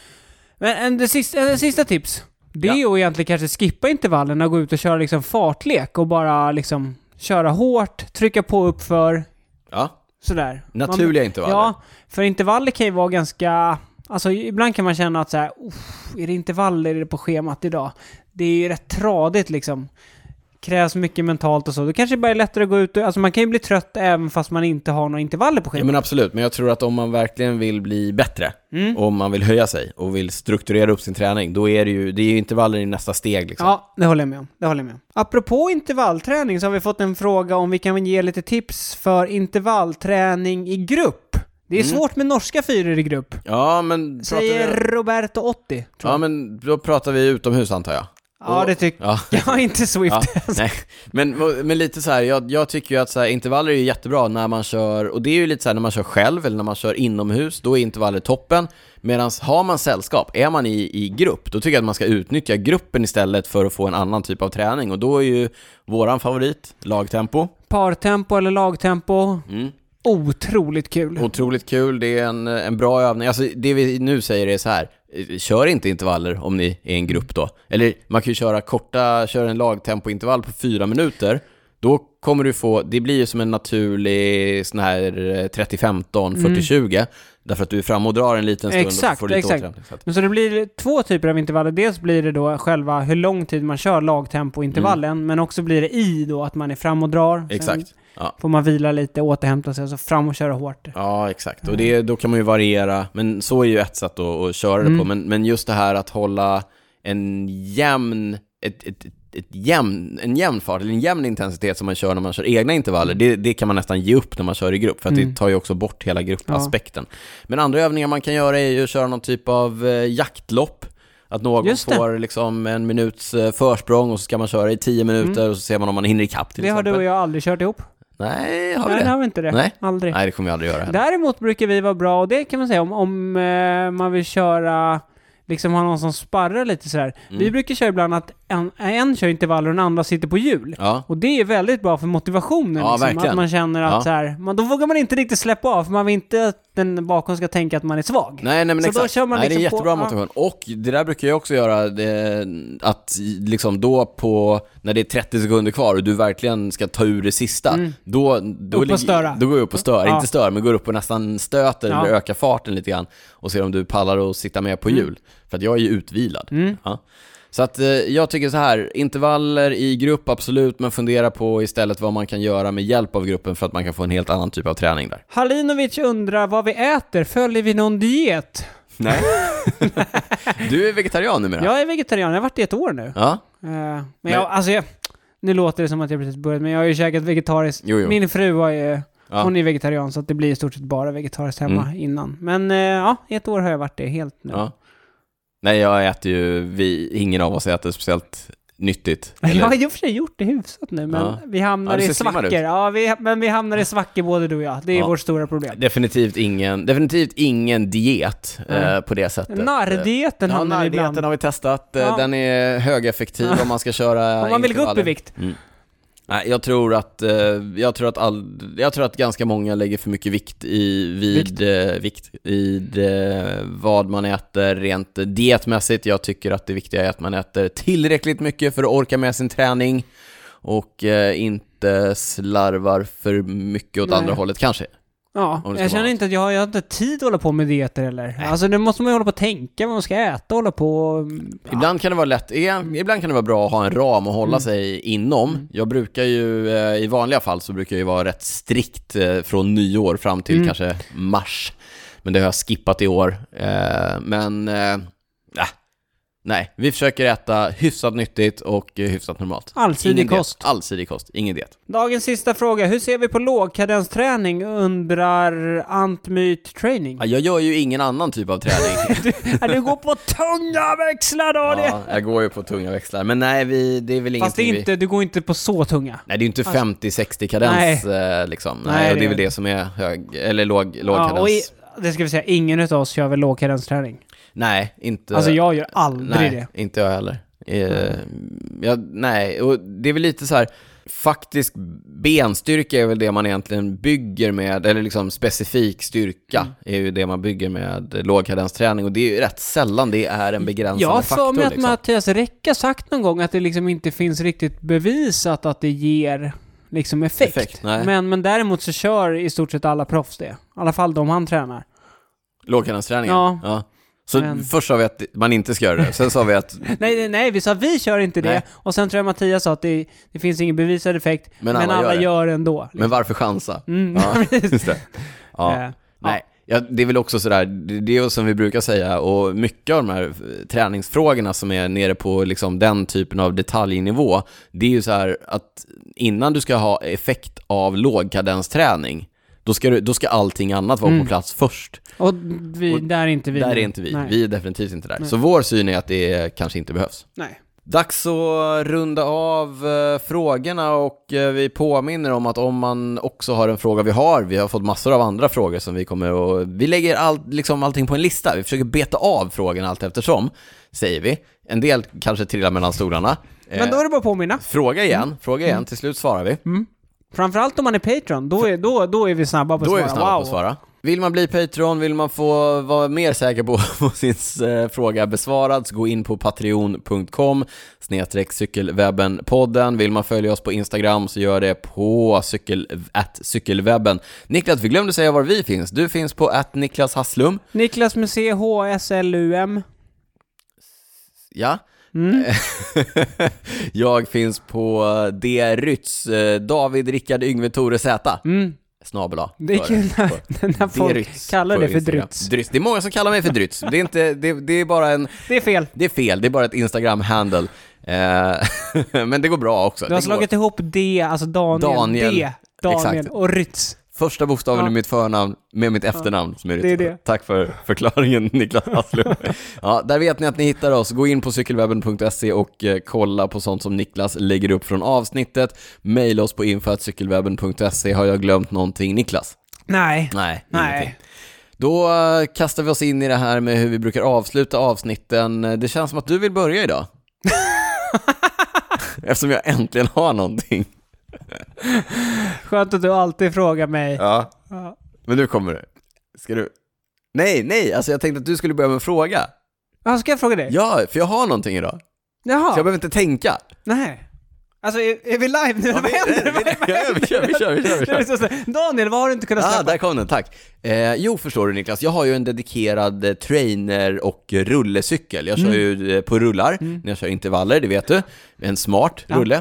Men det sista, det sista tips, det är ju ja. egentligen kanske skippa intervallerna och gå ut och köra liksom fartlek och bara liksom köra hårt, trycka på upp för ja. sådär. Naturliga man, intervaller. Ja, för intervaller kan ju vara ganska... Alltså ibland kan man känna att så här, är det intervaller på schemat idag? Det är ju rätt tradigt liksom. Krävs mycket mentalt och så. Det kanske bara är lättare att gå ut och, alltså man kan ju bli trött även fast man inte har några intervaller på schemat. Ja, men absolut, men jag tror att om man verkligen vill bli bättre mm. och om man vill höja sig och vill strukturera upp sin träning, då är det ju, det är ju intervaller i nästa steg liksom. Ja, det håller jag med om. Det håller jag med om. Apropå intervallträning så har vi fått en fråga om vi kan ge lite tips för intervallträning i grupp. Det är mm. svårt med norska fyror i grupp. Ja, men säger vi... Roberto åttio. Ja, men då pratar vi utomhus antar jag. Ja, det tycker ja. jag. Inte Swift. Ja, nej. Men, men lite så här, jag, jag tycker ju att så här, intervaller är jättebra när man kör, och det är ju lite så här när man kör själv eller när man kör inomhus, då är intervaller toppen. Medan har man sällskap, är man i, i grupp, då tycker jag att man ska utnyttja gruppen istället för att få en annan typ av träning. Och då är ju våran favorit lagtempo. Partempo eller lagtempo. Mm. Otroligt kul. Otroligt kul, det är en, en bra övning. Alltså det vi nu säger är så här: kör inte intervaller om ni är en grupp då. Eller man kan ju köra korta, köra en lagtempointervall på fyra minuter. Då kommer du få, det blir ju som en naturlig sån här trettio femton, fyrtio tjugo. Mm. Därför att du är fram och drar en liten stund. Exakt, och får lite exakt. återhämtning. Men så det blir två typer av intervaller. Dels blir det då själva hur lång tid man kör lagtempointervallen. Mm. Men också blir det i då att man är fram och drar. Exakt. Ja. Får man vila lite, återhämta sig och så fram och köra hårt. Ja, exakt. Och det, då kan man ju variera. Men så är ju ett sätt att, att köra det mm. på. Men, men just det här att hålla en jämn, ett, ett ett jämn, en jämn fart eller en jämn intensitet som man kör när man kör egna intervaller, det, det kan man nästan ge upp när man kör i grupp, för att mm. det tar ju också bort hela gruppaspekten. Ja. Men andra övningar man kan göra är ju att köra någon typ av eh, jaktlopp. Att någon får liksom en minuts försprång och så ska man köra i tio minuter mm. och så ser man om man hinner ikapp till det exempel. Det har du och jag aldrig kört ihop. Nej, har vi Nej, det? Nej, har vi inte det. Nej. Aldrig. Nej, det kommer vi aldrig göra heller. Däremot brukar vi vara bra, och det kan man säga om, om eh, man vill köra, liksom ha någon som sparrar lite sådär. Mm. Vi brukar köra ibland att en, en kör intervaller och den andra sitter på hjul. Ja. Och det är väldigt bra för motivationen. Ja, liksom, att man känner att ja. så här, man, då vågar man inte riktigt släppa av, för man vill inte att den bakom ska tänka att man är svag. Nej, nej men så exakt. Då kör man nej, liksom det är jättebra på, motivation. Ja. Och det där brukar jag också göra, det, att liksom då på, när det är trettio sekunder kvar och du verkligen ska ta ur det sista, mm. då, då, upp och störa. då går jag upp och stör. Ja. Inte stör, men går upp och nästan stöter ja. eller ökar farten lite grann och ser om du pallar att sitta med på hjul. Mm. För att jag är ju utvilad. Mm. Ja. Så att eh, jag tycker så här, intervaller i grupp absolut, men fundera på istället vad man kan göra med hjälp av gruppen för att man kan få en helt annan typ av träning där. Halinovic undrar vad vi äter. Följer vi någon diet? Nej. Du är vegetarian numera. Jag är vegetarian, jag har varit det ett år nu. Ja. Uh, men jag, alltså jag, nu låter det som att jag precis börjat, men jag har ju käkat vegetariskt. Jo, jo. Min fru var ju, ja. hon är vegetarian, så att det blir i stort sett bara vegetariskt hemma mm. innan. Men uh, ja, ett år har jag varit det helt nu. Ja. Nej, jag äter ju, vi, ingen av oss äter speciellt nyttigt. Eller? Jag har ju för sig gjort det hyfsat nu, men ja. vi hamnar ja, i svackor. Ja, vi, men vi hamnar i svackor både du och jag. Det är ja. vårt stora problem. Definitivt ingen, definitivt ingen diet mm. eh, på det sättet. Nardieten ja, hamnar nardieten ibland. har vi testat. Ja. Den är högeffektiv ja. om man ska köra om man vill gå upp i vikt. Mm. Nej, jag tror att eh, jag tror att all, jag tror att ganska många lägger för mycket vikt i vid vikt, eh, vikt i det, vad man äter rent dietmässigt. Jag tycker att det viktiga är att man äter tillräckligt mycket för att orka med sin träning och eh, inte slarvar för mycket åt Nej. andra hållet kanske. Ja, jag känner inte att jag har, jag har inte tid att hålla på med dieter eller. Nej. Alltså det måste man ju hålla på att tänka vad man ska äta och hålla på. Ja. Ibland kan det vara lätt, ibland kan det vara bra att ha en ram och hålla mm. sig inom. Mm. Jag brukar ju, i vanliga fall så brukar jag ju vara rätt strikt från nyår fram till mm. kanske mars. Men det har jag skippat i år. Men äh, nej, vi försöker äta hyfsat nyttigt och hyfsat normalt. Allsidig ingen kost. Diet. Allsidig kost, ingen diet. Dagens sista fråga. Hur ser vi på lågkadensträning? Undrar Antmyt Training. Ja, jag gör ju ingen annan typ av träning. du, du går på tunga växlar då? Ja, jag går ju på tunga växlar. Men nej, vi, det är väl ingenting. Fast det är inte, vi... du går inte på så tunga. Nej, det är inte femtio sextio kadens nej. liksom. Nej, nej, och det är väl det som är hög, eller låg, låg ja, kadens. Och i, det ska vi säga, ingen av oss kör väl lågkadensträning. Nej, inte... Alltså jag gör aldrig nej, det. Nej, inte jag heller. Eh, jag, nej, och det är väl lite så här... Faktisk benstyrka är väl det man egentligen bygger med, eller liksom specifik styrka mm. är ju det man bygger med lågkadensträning, och det är ju rätt sällan det är en begränsande jag faktor. Jag får med att liksom. Mattias Räcka sagt någon gång att det liksom inte finns riktigt bevisat att det ger liksom effekt. effekt men, men däremot så kör i stort sett alla proffs det. I alla fall de han tränar. Lågkadensträningen? Ja. ja. Så men... först sa vi att man inte ska göra det. Sen sa vi att... nej, nej, nej, vi sa att vi kör inte det. Nej. Och sen tror jag Mattias sa att det, det finns ingen bevisad effekt. Men alla, men alla gör, gör ändå. Liksom. Men varför chansa? Mm. Ja, just det. Ja. Äh, nej. Ja, det är väl också sådär, det är som vi brukar säga, och mycket av de här träningsfrågorna som är nere på liksom den typen av detaljnivå, det är ju så här att innan du ska ha effekt av lågkadensträning, Då ska, du, då ska allting annat vara mm. på plats först. Och, vi, och där är inte vi. Där är inte vi. Nej. Vi är definitivt inte där. Nej. Så vår syn är att det kanske inte behövs. Nej. Dags att runda av uh, frågorna, och uh, vi påminner om att om man också har en fråga, vi har vi har fått massor av andra frågor som vi kommer och vi lägger all, liksom allting på en lista. Vi försöker beta av frågorna allt eftersom, säger vi. En del kanske trillar mellan stolarna. Men då är det bara att påminna. Fråga igen, mm. fråga igen. Mm. Till slut svarar vi. Mm. Framförallt om man är Patreon, då är, då, då är vi snabba på att svara. Då är vi snabba wow. på att svara. Vill man bli Patreon, vill man få vara mer säker på att få sin eh, fråga besvarad, så gå in på patreon punkt com snedstreck cykelwebbenpodden. Vill man följa oss på Instagram så gör det på cykel, at cykelwebben. Niklas, vi glömde säga var vi finns. Du finns på at Niklas Hasslum. Niklas med C H S L U M. Ja. Mm. Jag finns på D. Rytz, David Rickard Yngve Tore Z. Mm. Snabela. Det är kul när, när folk Drytz, kallar det för Drytz. Drytz. Det är många som kallar mig för Drytz. Det är inte det, det är bara en Det är fel. Det är fel. Det är bara ett Instagram handle. Eh, men det går bra också. Du har slagit går... ihop D, alltså Daniel, Daniel, D, Daniel exakt. och Rytz. Första bokstaven ja. i mitt förnamn med mitt efternamn ja. som är Rytz. Det är det. Tack för förklaringen, Niklas Hasslum. Ja, där vet ni att ni hittar oss. Gå in på cykelwebben punkt se och eh, kolla på sånt som Niklas lägger upp från avsnittet. Maila oss på info at cykelwebben punkt se. Har jag glömt någonting, Niklas? Nej. Nej, Nej. Ingenting. Då uh, kastar vi oss in i det här med hur vi brukar avsluta avsnitten. Det känns som att du vill börja idag. Eftersom jag äntligen har någonting. Skönt att du alltid frågar mig. Ja, ja. Men nu kommer du. Ska du... Nej, nej, alltså jag tänkte att du skulle börja med en fråga. Ja, ska jag fråga dig? Ja, för jag har någonting idag. Jaha. Så jag behöver inte tänka. Nej. Alltså, är, är vi live nu? Ja, vad händer? Vi, vi, ja, vi kör, vi kör, vi kör, vi kör. Daniel, vad har du inte kunnat släppa? Ah, där kom den, tack. Eh, jo, förstår du Niklas, jag har ju en dedikerad eh, trainer- och rullecykel. Jag kör mm. ju eh, på rullar mm. när jag kör intervaller, det vet du. En smart ja. rulle.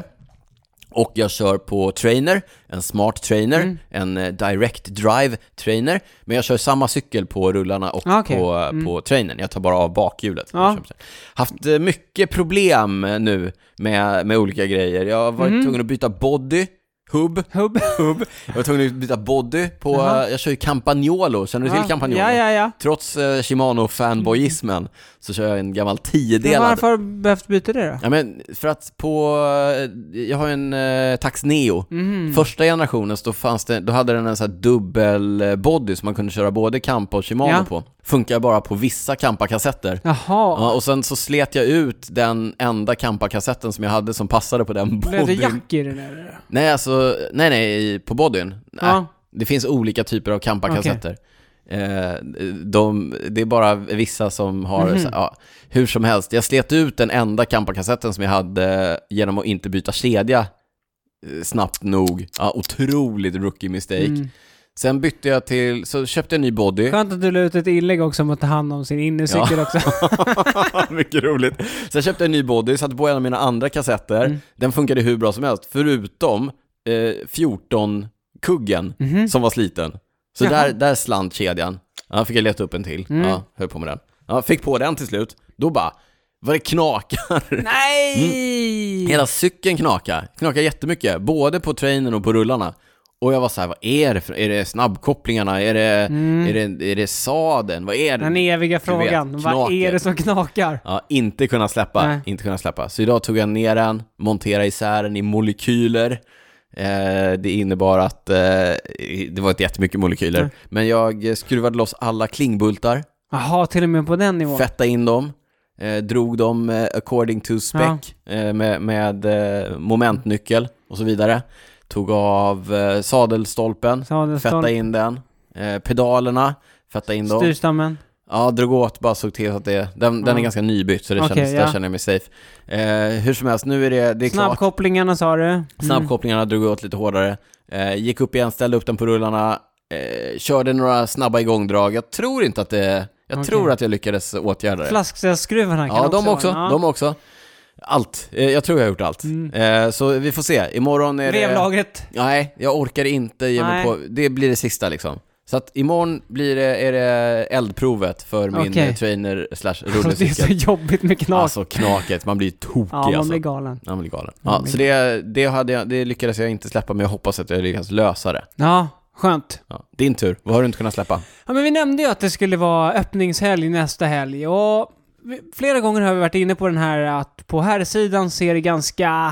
Och jag kör på trainer, en smart trainer, mm. en eh, direct drive trainer. Men jag kör samma cykel på rullarna och okay. på, mm. på trainern. Jag tar bara av bakhjulet. Ja. Haft eh, mycket problem nu med, med olika grejer. Jag har varit mm. tvungen att byta body. Hub. Hub. Hub. Jag var tvungen att byta body på, uh-huh. jag kör ju Campagnolo, känner du till uh-huh. Campagnolo? Ja, ja, ja. Trots uh, Shimano-fanboyismen så kör jag en gammal tiodelad. Men varför har du behövt byta det då? Ja, men för att på, jag har en uh, Tax Neo. Mm. Första generationen så fanns det, då hade den en sån här dubbel body som man kunde köra både Campa och Shimano ja. på. Funkar bara på vissa Campa-kassetter. Jaha. Ja, och sen så slet jag ut den enda Campa-kassetten som jag hade som passade på den bodyn. Blev det jack i den eller? Nej, alltså, nej, nej, på bodyn. Nej, ja. det finns olika typer av Campa-kassetter. Okay. Eh, de, det är bara vissa som har, mm-hmm. så, ja, hur som helst. Jag slet ut den enda Campa-kassetten som jag hade genom att inte byta kedja snabbt nog. Ja, otroligt rookie mistake. Mm. Sen bytte jag till, så köpte jag en ny body. Skönt att du la ut ett inlägg också om att ta hand om sin innercykel ja. också. Mycket roligt. Sen köpte jag en ny body, satte på en av mina andra kassetter. Mm. Den funkade hur bra som helst, förutom eh, fjorton-kuggen mm-hmm. som var sliten. Så där, där slant kedjan. Ja, fick jag leta upp en till. Mm. Ja, höll på med den. Ja, fick på den till slut. Då bara, vad det knakar. Nej! Mm. Hela cykeln knakar. Knakar jättemycket, både på trainern och på rullarna. Och jag var så här, vad är det för, är det snabbkopplingarna, är det, mm. är det, är det sadeln, vad är det? Den eviga frågan, vet, vad är det som knakar? Ja, inte kunna släppa, Nej. inte kunna släppa. Så idag tog jag ner den, monterade isär den i molekyler. Eh, det innebar att eh, det var inte jättemycket molekyler. Mm. Men jag skruvade loss alla klingboltar. Jaha, till och med på den nivån. Fetta in dem. Eh, drog dem eh, according to spec ja. eh, med, med eh, momentnyckel och så vidare. Tog av eh, sadelstolpen, Sadelstolp. fetta in den, eh, pedalerna, fetta in dem. Styrstammen. Ja, drog åt, bara såg till att det, den, ja. den är ganska nybytt så det okay, kändes, ja. där känner jag mig safe. Eh, hur som helst, nu är det, det är Snabbkopplingarna klart. Sa du? Mm. Snabbkopplingarna drog åt lite hårdare. Eh, gick upp igen, ställde upp den på rullarna, eh, körde några snabba igångdrag. Jag tror inte att det, jag okay. tror att jag lyckades åtgärda det. Flaskskruvarna kan ja, också de också, ja. de också. Allt. Jag tror jag har gjort allt. Mm. Eh, så vi får se. Imorgon är det... Vevlagret. Nej, jag orkar inte ge mig på... Det blir det sista liksom. Så att imorgon blir det, är det eldprovet för min okay. trainer slash rullecykel. Det är så jobbigt med knak. Alltså knaket, man blir tokig. Ja, man alltså. blir galen. Ja, man blir galen. Ja, så det, det, hade jag, det lyckades jag inte släppa, men jag hoppas att jag lyckas lösa det. Ja, skönt. Ja, din tur. Vad har du inte kunnat släppa? Ja, men vi nämnde ju att det skulle vara öppningshelg nästa helg. Och flera gånger har vi varit inne på den här att på här sidan ser det ganska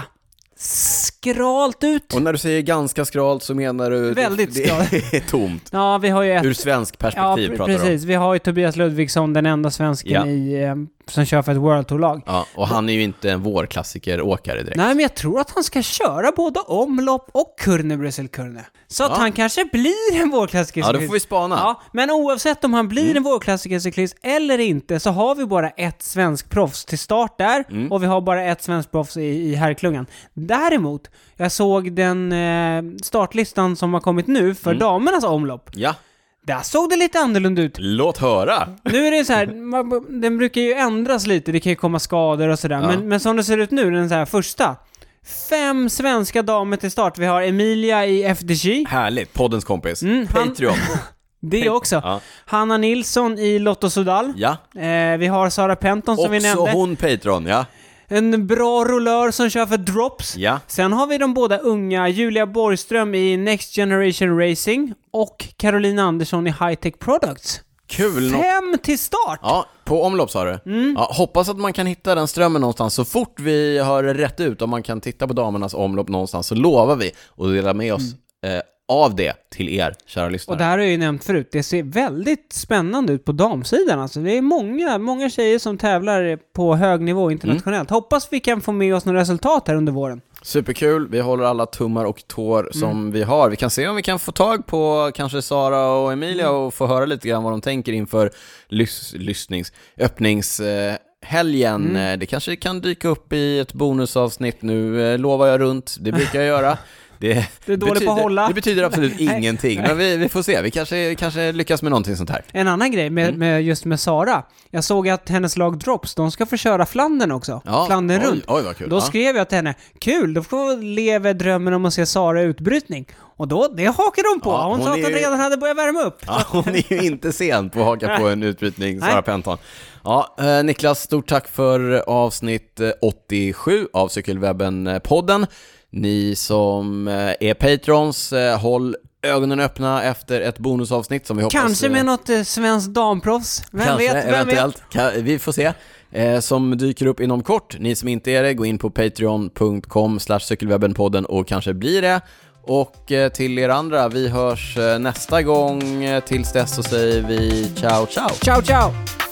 skralt ut. Och när du säger ganska skralt så menar du väldigt det, skralt. Det är tomt. Ja, vi har ju ett... Ur svensk perspektiv ja, pratar du om. Precis, vi har ju Tobias Ludvigsson, den enda svensken ja. i, eh, som kör för ett World Tour-lag. Ja, och han är ju inte en vårklassiker-åkare direkt. Nej, men jag tror att han ska köra både omlopp och Kurne Brüssel-Kurne. Så ja. att han kanske blir en vårklassiker-cyklist. Ja, då får vi spana. Ja, men oavsett om han blir mm. en vårklassiker-cyklist eller inte så har vi bara ett svensk proffs till start där mm. och vi har bara ett svensk proffs i, i herrklungan. Däremot, jag såg den eh, startlistan som har kommit nu för mm. damernas omlopp. Ja. Där såg det lite annorlunda ut. Låt höra. Nu är det så här, man, den brukar ju ändras lite, det kan ju komma skador och sådär. Ja. Men, men som det ser ut nu, den så här första. Fem svenska damer till start. Vi har Emilia i F D G. Härligt, poddens kompis. Mm, Patreon. Han, det också. Ja. Hanna Nilsson i Lotto Sudal. Ja. Eh, vi har Sara Penton som också vi nämnde. Också hon Patreon, ja. En bra rullör som kör för drops. Ja. Sen har vi de båda unga, Julia Borgström i Next Generation Racing och Carolina Andersson i High Tech Products. Kul. Fem till start! Ja, på omlopp sa du. Mm. Ja, hoppas att man kan hitta den strömmen någonstans. Så fort vi har rätt ut om man kan titta på damernas omlopp någonstans, så lovar vi att dela med oss mm. eh, av det till er, kära lyssnare. Och det här har jag ju nämnt förut. Det ser väldigt spännande ut på damsidan. Alltså, det är många, många tjejer som tävlar på hög nivå internationellt. Mm. Hoppas vi kan få med oss några resultat här under våren. Superkul, vi håller alla tummar och tår som mm. vi har. Vi kan se om vi kan få tag på kanske Sara och Emilia och få höra lite grann vad de tänker inför lys- lyssnings, öppnings... Eh, helgen. Mm. Det kanske kan dyka upp i ett bonusavsnitt nu, eh, lovar jag runt. Det brukar jag göra. Det, det är dåligt betyder, på att hålla. Det betyder absolut ingenting. Men vi, vi får se. Vi kanske, kanske lyckas med någonting sånt här. En annan grej med, mm. med just med Sara. Jag såg att hennes lag Drops, de ska få köra Flandern också. Ja, Flandern oj, runt. Oj, vad kul. Då ja. skrev jag till henne, kul, då får leva drömmen om att se Sara utbrytning. Och då, det hakar hon på. Ja, hon, hon sa att hon ju... redan hade börjat värma upp. Ja, hon är ju inte sen på att haka på en utbrytning, Sara Penton. Ja, eh, Niklas, stort tack för avsnitt åttiosju av Cykelwebben-podden. Ni som är patrons, håll ögonen öppna efter ett bonusavsnitt som vi hoppas... Kanske med något eh, svenskt damproffs. Vem kanske, vet? Vem eventuellt. vet? Kan, vi får se. Eh, som dyker upp inom kort. Ni som inte är det, gå in på patreon punkt com slash cykelwebbenpodden och kanske blir det. Och eh, till er andra, vi hörs eh, nästa gång. Tills dess så säger vi ciao, ciao. Ciao, ciao.